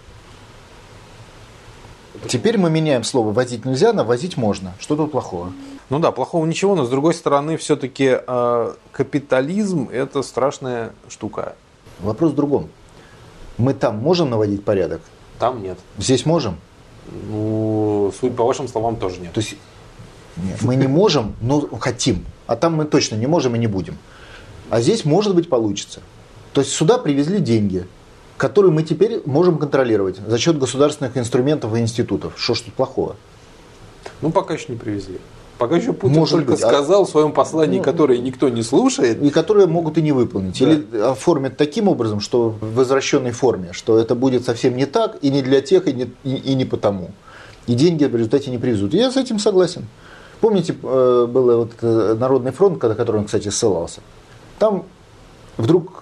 Теперь мы меняем слово «возить нельзя» на «возить можно». Что тут плохого? Плохого ничего, но с другой стороны, все-таки капитализм – это страшная штука. Вопрос в другом. Мы там можем наводить порядок? Там нет. Здесь можем? Суть по вашим словам тоже нет. То есть нет, мы не можем, но хотим. А там мы точно не можем и не будем. А здесь, может быть, получится. То есть сюда привезли деньги, которые мы теперь можем контролировать за счет государственных инструментов и институтов. Что ж тут плохого? Пока еще не привезли. Пока еще Путин Может только быть. сказал в своем послании, которое никто не слушает. И которые могут и не выполнить. Да. Или оформят таким образом, что в возвращенной форме, что это будет совсем не так, и не для тех, и не потому. И деньги в результате не привезут. Я с этим согласен. Помните, был вот Народный фронт, на который он, кстати, ссылался. Там вдруг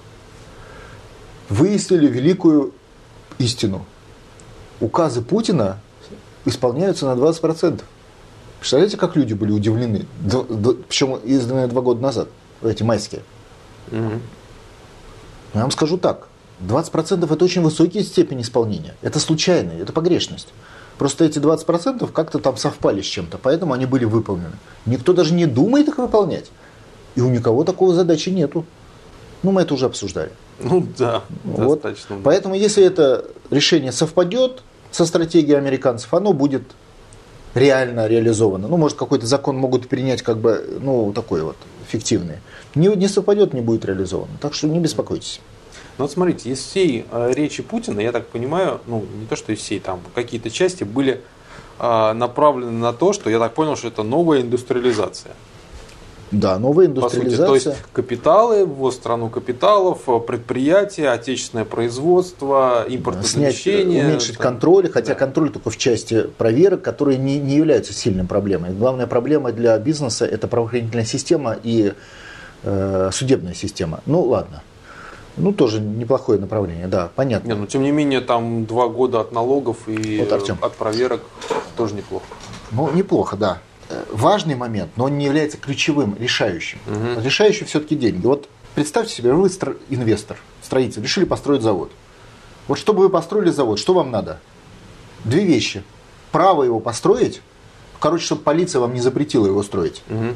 выяснили великую истину. Указы Путина исполняются на 20%. Представляете, как люди были удивлены? Причем изданные 2 года назад, эти майские. Угу. Я вам скажу так. 20% это очень высокая степень исполнения. Это случайно, это погрешность. Просто эти 20% как-то там совпали с чем-то, поэтому они были выполнены. Никто даже не думает их выполнять. И у никого такого задачи нету. Ну, мы это уже обсуждали. Ну да, вот. достаточно. Поэтому, если это решение совпадет со стратегией американцев, оно будет реально реализовано. Ну, может, какой-то закон могут принять как бы, ну, такой вот, фиктивный. Не совпадет, не будет реализовано. Так что не беспокойтесь. Ну вот смотрите, из всей речи Путина, я так понимаю, ну не то, что из всей, там какие-то части были направлены на то, что я так понял, что это новая индустриализация. Да, новая индустриализация. По сути, то есть капиталы, ввоз в страну капиталов, предприятия, отечественное производство, импортозамещение. Уменьшить контроль, хотя контроль только в части проверок, которые не являются сильной проблемой. Главная проблема для бизнеса – это правоохранительная система и судебная система. Ну ладно. Ну, тоже неплохое направление, да, понятно. Но тем не менее, там 2 года от налогов и вот, Артем, от проверок тоже неплохо. Ну, неплохо, да. Важный момент, но он не является ключевым, решающим. Угу. Решающий все-таки деньги. Вот представьте себе, вы инвестор, строитель, решили построить завод. Вот чтобы вы построили завод, что вам надо? 2 вещи. Право его построить, короче, чтобы полиция вам не запретила его строить. Угу.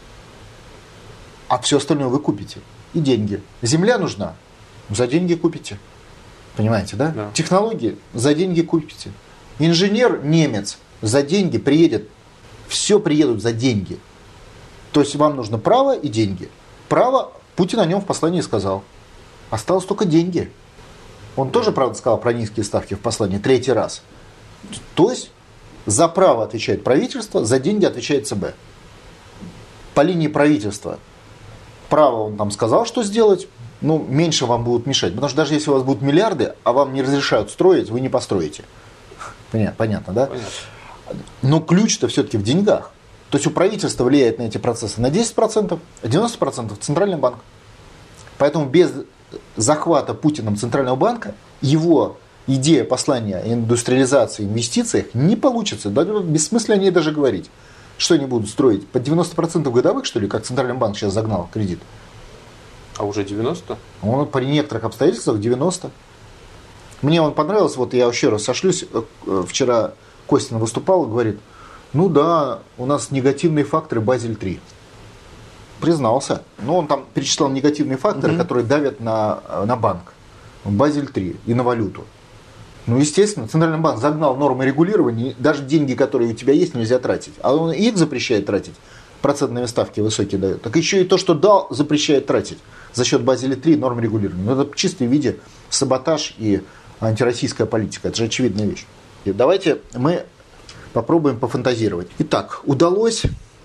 А все остальное вы купите. И деньги. Земля нужна? За деньги купите. Понимаете, да? Да. Технологии за деньги купите. Инженер немец за деньги приедет. Все приедут за деньги. То есть вам нужно право и деньги. Право, Путин о нем в послании сказал. Осталось только деньги. Он тоже, правда, сказал про низкие ставки в послании 3-й раз. То есть за право отвечает правительство, за деньги отвечает ЦБ. По линии правительства право он там сказал, что сделать, ну, меньше вам будут мешать. Потому что даже если у вас будут миллиарды, а вам не разрешают строить, вы не построите. Понятно, да? Понятно. Но ключ-то все-таки в деньгах. То есть у правительства влияет на эти процессы на 10%, а 90% Центральный банк. Поэтому без захвата Путиным Центрального банка его идея послания о индустриализации, инвестициях не получится. Да, бессмысленно о ней даже говорить. Что они будут строить? По 90% годовых, что ли, как Центральный банк сейчас загнал кредит? А уже 90? Он при некоторых обстоятельствах 90. Мне он понравился, вот я еще раз сошлюсь, вчера Костин выступал и говорит, ну да, у нас негативные факторы Базель-3. Признался. Но он там перечислял негативные факторы, которые давят на банк. Базель-3 и на валюту. Ну, естественно, Центральный банк загнал нормы регулирования, даже деньги, которые у тебя есть, нельзя тратить. А он их запрещает тратить, процентные ставки высокие дает. Так еще и то, что дал, запрещает тратить за счет Базеля-3 норм регулирования. Ну, это в чистом виде саботаж и антироссийская политика. Это же очевидная вещь. И давайте мы попробуем пофантазировать. Итак, удалось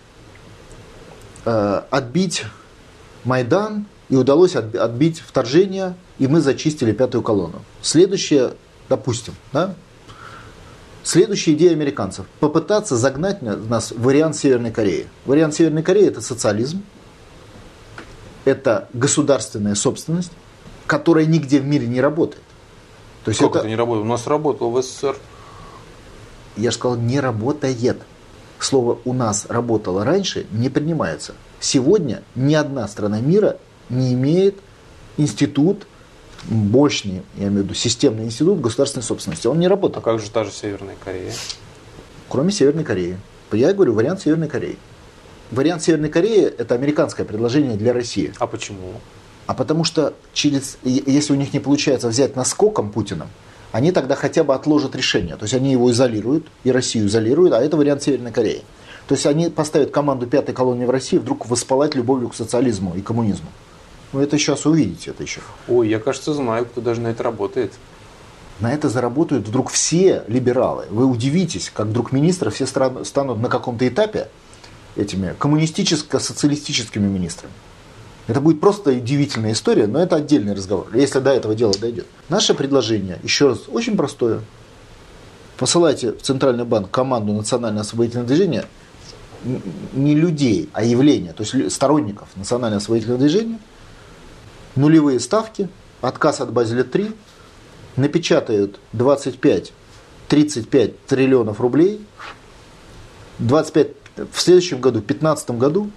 отбить Майдан, и удалось отбить вторжение, и мы зачистили 5-ю колонну. Следующее, допустим, да? Следующая идея американцев – попытаться загнать нас в вариант Северной Кореи. Вариант Северной Кореи – это социализм, это государственная собственность, которая нигде в мире не работает. То есть как это не работает? У нас работало в СССР. Я же сказал, не работает. Слово «у нас работало раньше» не принимается. Сегодня ни одна страна мира не имеет институт, мощный, я имею в виду, системный институт государственной собственности. Он не работает. А как же та же Северная Корея? Кроме Северной Кореи. Я говорю, вариант Северной Кореи. Вариант Северной Кореи – это американское предложение для России. А почему? А потому что, если у них не получается взять наскоком Путиным, они тогда хотя бы отложат решение. То есть они его изолируют, и Россию изолируют, а это вариант Северной Кореи. То есть они поставят команду 5-й колонии в России вдруг воспалать любовью к социализму и коммунизму. Вы это сейчас увидите. Это еще. Ой, я, кажется, знаю, кто даже на это работает. На это заработают вдруг все либералы. Вы удивитесь, как вдруг министры все станут на каком-то этапе этими коммунистическо-социалистическими министрами. Это будет просто удивительная история, но это отдельный разговор, если до этого дела дойдет. Наше предложение, еще раз, очень простое. Посылайте в Центральный банк команду Национального освободительного движения, не людей, а явления, то есть сторонников Национального освободительного движения, нулевые ставки, отказ от Базеля 3, напечатают 25-35 триллионов рублей, 25 в следующем году, в 2015 году,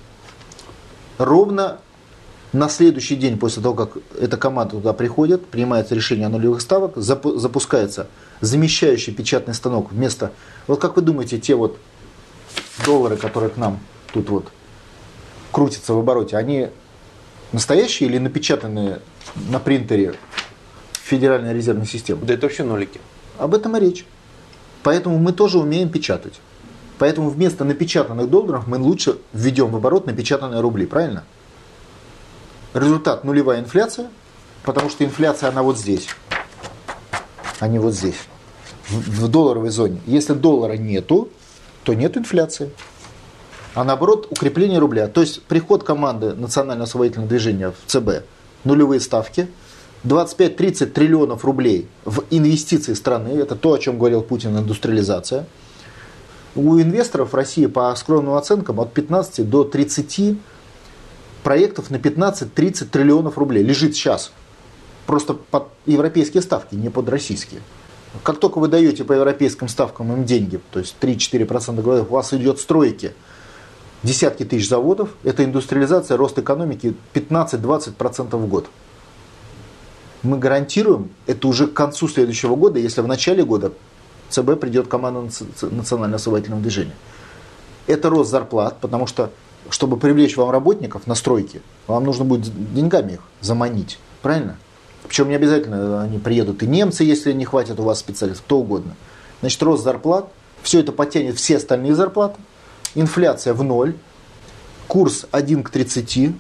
ровно на следующий день после того, как эта команда туда приходит, принимается решение о нулевых ставок, запускается замещающий печатный станок вместо... Вот как вы думаете, те вот доллары, которые к нам тут вот крутятся в обороте, они настоящие или напечатанные на принтере Федеральной резервной системы? Да это вообще нолики. Об этом и речь. Поэтому мы тоже умеем печатать. Поэтому вместо напечатанных долларов мы лучше введем в оборот напечатанные рубли, правильно? Результат — нулевая инфляция, потому что инфляция, она вот здесь, а не вот здесь, в долларовой зоне. Если доллара нету, то нет инфляции. А наоборот, укрепление рубля. То есть приход команды Национального освободительного движения в ЦБ, нулевые ставки, 25-30 триллионов рублей в инвестиции страны, это то, о чем говорил Путин, индустриализация. У инвесторов в России, по скромным оценкам, от 15 до 30 проектов на 15-30 триллионов рублей лежит сейчас. Просто под европейские ставки, не под российские. Как только вы даете по европейским ставкам им деньги, то есть 3-4% годов, у вас идет стройки десятки тысяч заводов, это индустриализация, рост экономики 15-20% в год. Мы гарантируем это уже к концу следующего года, если в начале года ЦБ придет команда Национального освободительного движения. Это рост зарплат, потому что, чтобы привлечь вам работников на стройке, вам нужно будет деньгами их заманить. Правильно? Причем не обязательно они приедут и немцы, если не хватит у вас специалистов, кто угодно. Значит, рост зарплат, все это подтянет все остальные зарплаты, инфляция в ноль, курс 1 к 30,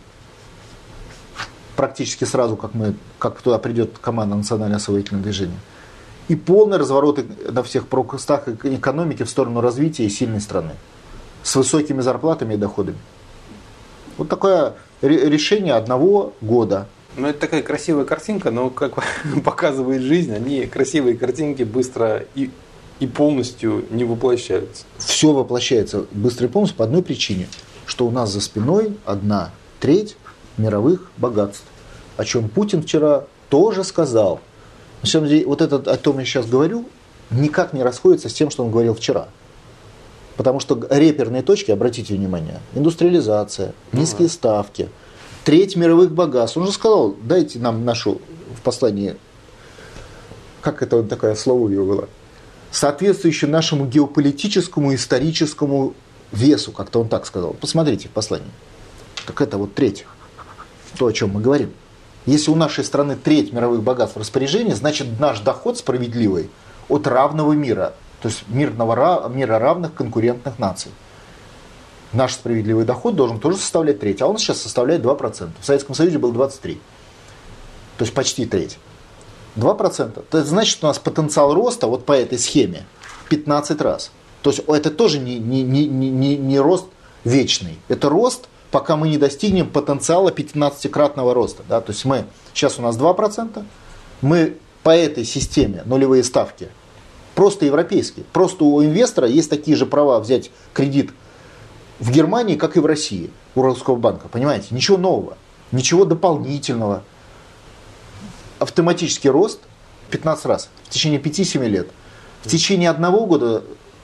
практически сразу, как туда придет команда Национального освободительного движения. И полный разворот на всех постах экономики в сторону развития и сильной страны. С высокими зарплатами и доходами. Вот такое решение одного года. Ну, это такая красивая картинка, но, как показывает жизнь, они, красивые картинки, быстро и полностью не воплощаются. Все воплощается быстро и полностью по одной причине, что у нас за спиной 1/3 мировых богатств. О чем Путин вчера тоже сказал. На самом деле, вот это, о том я сейчас говорю, никак не расходится с тем, что он говорил вчера. Потому что реперные точки, обратите внимание, индустриализация, низкие ставки, 1/3 мировых богатств. Он же сказал, дайте нам нашу в послании, как это вот такое слово у него было, соответствующее нашему геополитическому, историческому весу, как-то он так сказал. Посмотрите в послании. Так это вот 1/3, то, о чем мы говорим. Если у нашей страны 1/3 мировых богатств в распоряжении, значит наш доход справедливый от равного мира, то есть мира равных конкурентных наций. Наш справедливый доход должен тоже составлять 1/3, а он сейчас составляет 2%. В Советском Союзе был 23%, то есть почти 1/3. 2%. Это значит, у нас потенциал роста вот по этой схеме 15 раз. То есть это тоже не рост вечный, это рост, пока мы не достигнем потенциала 15-кратного роста. Да? То есть сейчас у нас 2%, мы по этой системе нулевые ставки, просто европейские, просто у инвестора есть такие же права взять кредит в Германии, как и в России, у Русского банка. Понимаете? Ничего нового, ничего дополнительного. Автоматический рост 15 раз в течение 5-7 лет. В течение 1 года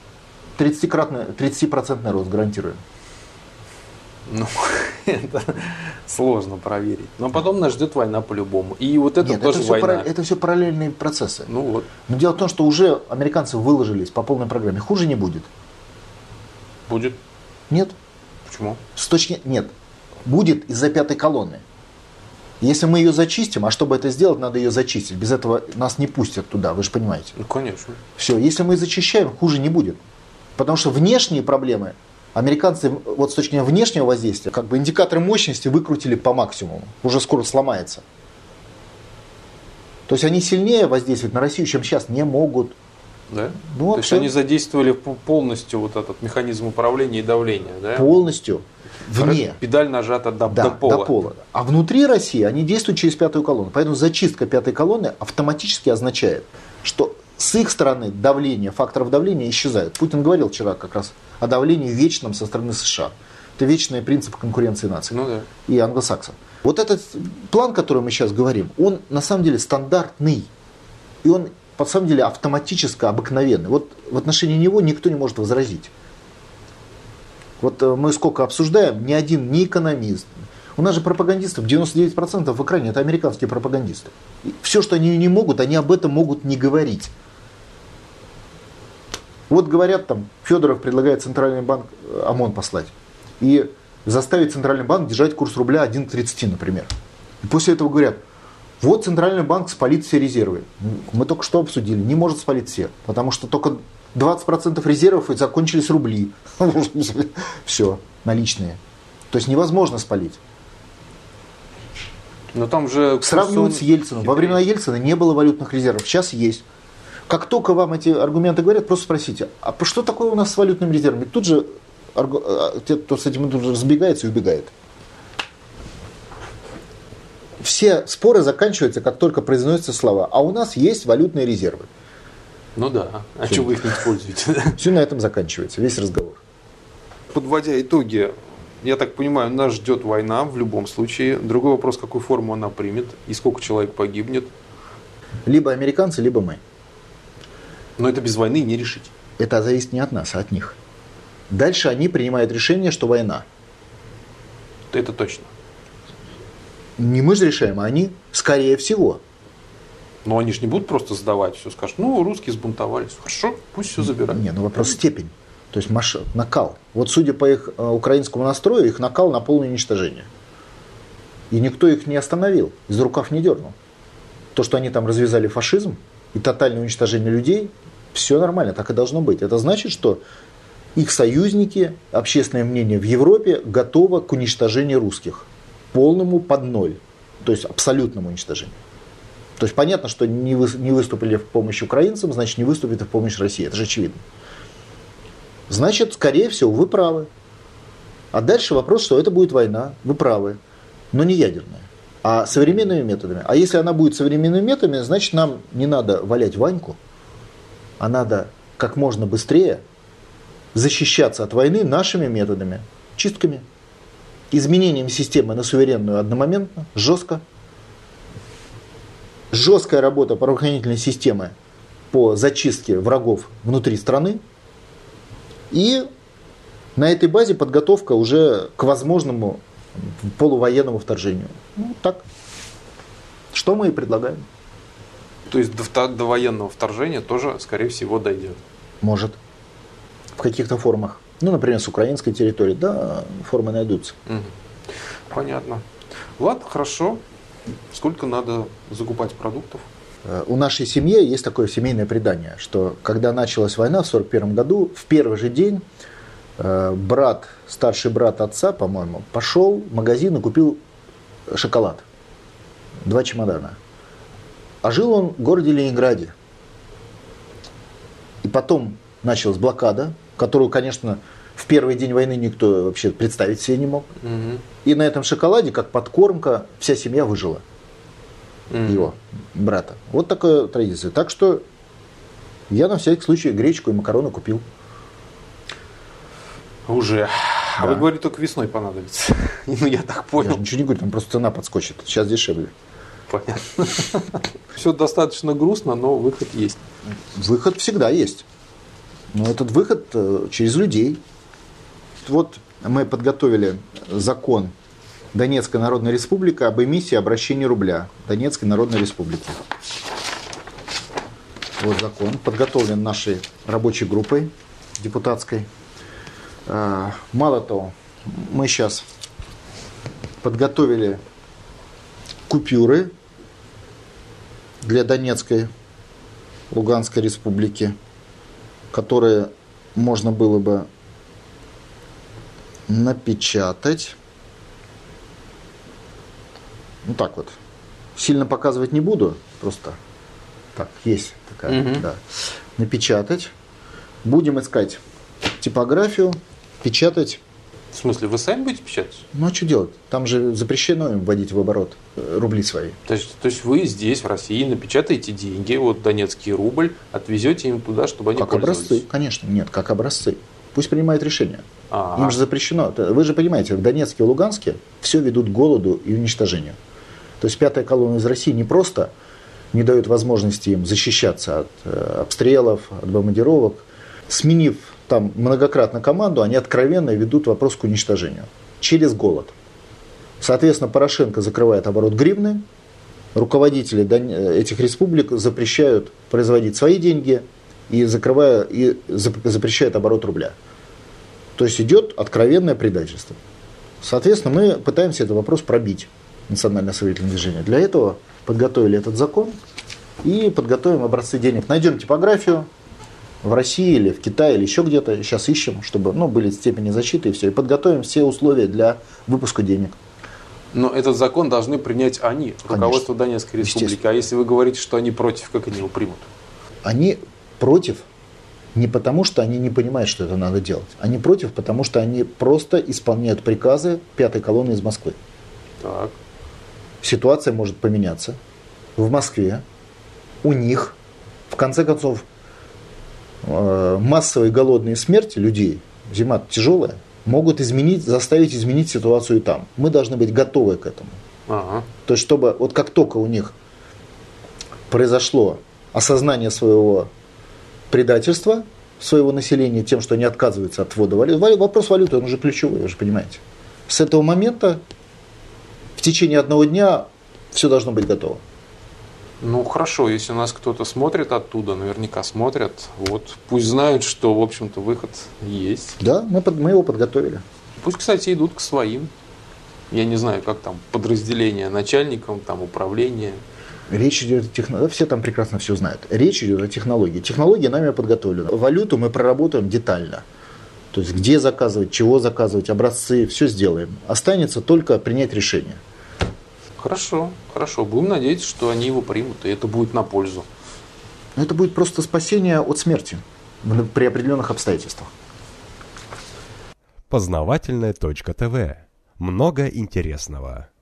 30% рост гарантируем. Ну, это сложно проверить. Но потом нас ждет война по-любому. И вот это тоже война. Это все параллельные процессы. Ну вот. Но дело в том, что уже американцы выложились по полной программе. Хуже не будет. Будет? Нет. Почему? Нет. Будет из-за 5-й колонны. Если мы ее зачистим, а чтобы это сделать, надо ее зачистить. Без этого нас не пустят туда, вы же понимаете. Ну, конечно. Все, если мы зачищаем, хуже не будет. Потому что внешние проблемы, американцы, вот с точки зрения внешнего воздействия, как бы индикаторы мощности выкрутили по максимуму. Уже скоро сломается. То есть они сильнее воздействовать на Россию, чем сейчас, не могут. Да? Ну, то есть они задействовали полностью вот этот механизм управления и давления, да? Полностью. Вне. Педаль нажата до пола. До пола. А внутри России они действуют через пятую колонну. Поэтому зачистка пятой колонны автоматически означает, что с их стороны давление, факторов давления исчезают. Путин говорил вчера как раз о давлении вечном со стороны США. Это вечный принцип конкуренции наций и англосаксов. Вот этот план, о котором мы сейчас говорим, он на самом деле стандартный. И он на самом деле автоматически обыкновенный. Вот в отношении него никто не может возразить. Вот мы сколько обсуждаем, ни один, ни экономист. У нас же пропагандистов 99% в экране это американские пропагандисты. И все, что они не могут, они об этом могут не говорить. Вот говорят там, Федоров предлагает Центральный банк ОМОН послать. И заставить Центральный банк держать курс рубля 1 к 30, например. И после этого говорят, вот Центральный банк спалит все резервы. Мы только что обсудили, не может спалить все. Потому что только 20% резервов и закончились рубли. Все, наличные. То есть невозможно спалить. Но там же сравнивать с Ельцином. Во времена Ельцина не было валютных резервов, сейчас есть. Как только вам эти аргументы говорят, просто спросите, а что такое у нас с валютными резервами? Тут же те, кто с этим тут же разбегается и убегает. Все споры заканчиваются, как только произносятся слова. А у нас есть валютные резервы. Ну да, а что вы их не используете? Все на этом заканчивается, весь разговор. Подводя итоги, я так понимаю, нас ждет война в любом случае. Другой вопрос, какую форму она примет и сколько человек погибнет. Либо американцы, либо мы. Но это без войны не решить. Это зависит не от нас, а от них. Дальше они принимают решение, что война. Это точно. Не мы же решаем, а они, скорее всего. Но они же не будут просто сдавать все, скажут, ну, русские сбунтовались. Хорошо, пусть все забирают. Не, ну вопрос степень. То есть накал. Вот судя по их украинскому настрою, их накал на полное уничтожение. И никто их не остановил, из рукав не дернул. То, что они там развязали фашизм и тотальное уничтожение людей, все нормально, так и должно быть. Это значит, что их союзники, общественное мнение в Европе готово к уничтожению русских. Полному под ноль. То есть абсолютному уничтожению. То есть понятно, что не выступили в помощь украинцам, значит не выступят и в помощь России. Это же очевидно. Значит, скорее всего, вы правы. А дальше вопрос, что это будет война. Вы правы. Но не ядерная. А современными методами. А если она будет современными методами, значит нам не надо валять Ваньку, а надо как можно быстрее защищаться от войны нашими методами. Чистками. Изменением системы на суверенную одномоментно, жестко. Жесткая работа правоохранительной системы по зачистке врагов внутри страны. И на этой базе подготовка уже к возможному полувоенному вторжению. Ну, так. Что мы и предлагаем. То есть до военного вторжения тоже, скорее всего, дойдет? Может. В каких-то формах. Ну, например, с украинской территории. Да, формы найдутся. Понятно. Ладно, хорошо. Сколько надо закупать продуктов? У нашей семьи есть такое семейное предание, что когда началась война в 1941 году, в первый же день старший брат отца, по-моему, пошел в магазин и купил шоколад. 2 чемодана. А жил он в городе Ленинграде. И потом началась блокада, которую, конечно, в первый день войны никто вообще представить себе не мог. И на этом шоколаде, как подкормка, вся семья выжила. Его брата. Вот такая традиция. Так что я на всякий случай гречку и макароны купил. Уже. Да. А вы говорите, только весной понадобится. Ну, я так понял. Я ничего не говорю, там просто цена подскочит. Сейчас дешевле. Понятно. Все достаточно грустно, но выход есть. Выход всегда есть. Но этот выход через людей. Вот мы подготовили закон Донецкой Народной Республики об эмиссии обращения рубля Донецкой Народной Республики. Вот закон. Подготовлен нашей рабочей группой депутатской. Мало того, мы сейчас подготовили купюры для Донецкой, Луганской Республики, которые можно было бы напечатать. Ну так вот. Сильно показывать не буду, просто так, есть такая, да. напечатать. Будем искать типографию, печатать. В смысле, вы сами будете печатать? Ну а что делать? Там же запрещено им вводить в оборот рубли свои. То есть вы здесь, в России, напечатаете деньги, вот донецкий рубль, отвезете им туда, чтобы они как пользовались? Образцы, конечно. Нет, как образцы. Пусть принимают решение. Ага. Им же запрещено. Вы же понимаете, в Донецке и Луганске все ведут к голоду и уничтожению. То есть пятая колонна из России не просто не дает возможности им защищаться от обстрелов, от бомбардировок. Сменив там многократно команду, они откровенно ведут вопрос к уничтожению. Через голод. Соответственно, Порошенко закрывает оборот гривны. Руководители этих республик запрещают производить свои деньги и запрещают оборот рубля. То есть идет откровенное предательство. Соответственно, мы пытаемся этот вопрос пробить, национально-освободительное движение. Для этого подготовили этот закон и подготовим образцы денег. Найдем типографию в России или в Китае или еще где-то. Сейчас ищем, чтобы были степени защиты и все. И подготовим все условия для выпуска денег. Но этот закон должны принять они, руководство Донецкой республики. А если вы говорите, что они против, как они его примут? Они против не потому, что они не понимают, что это надо делать. Они против, потому что они просто исполняют приказы пятой колонны из Москвы. Так. Ситуация может поменяться в Москве. У них, в конце концов, массовые голодные смерти людей, зима тяжелая, могут заставить изменить ситуацию и там. Мы должны быть готовы к этому. Ага. То есть, чтобы вот как только у них произошло осознание своего предательства, своего населения тем, что они отказываются от ввода валюты. Вопрос валюты, он уже ключевой, вы же понимаете. С этого момента в течение одного дня все должно быть готово. Ну хорошо, если нас кто-то смотрит оттуда, наверняка смотрят, вот пусть знают, что, в общем-то, выход есть. Да, мы его подготовили. Пусть, кстати, идут к своим. Я не знаю, как там подразделения начальникам, там управление. Речь идет о технологии. Все там прекрасно все знают. Речь идет о технологии. Технология нами подготовлена. Валюту мы проработаем детально. То есть, где заказывать, чего заказывать, образцы, все сделаем. Останется только принять решение. Хорошо, хорошо. Будем надеяться, что они его примут, и это будет на пользу. Это будет просто спасение от смерти при определенных обстоятельствах. Познавательная точка ТВ. Много интересного.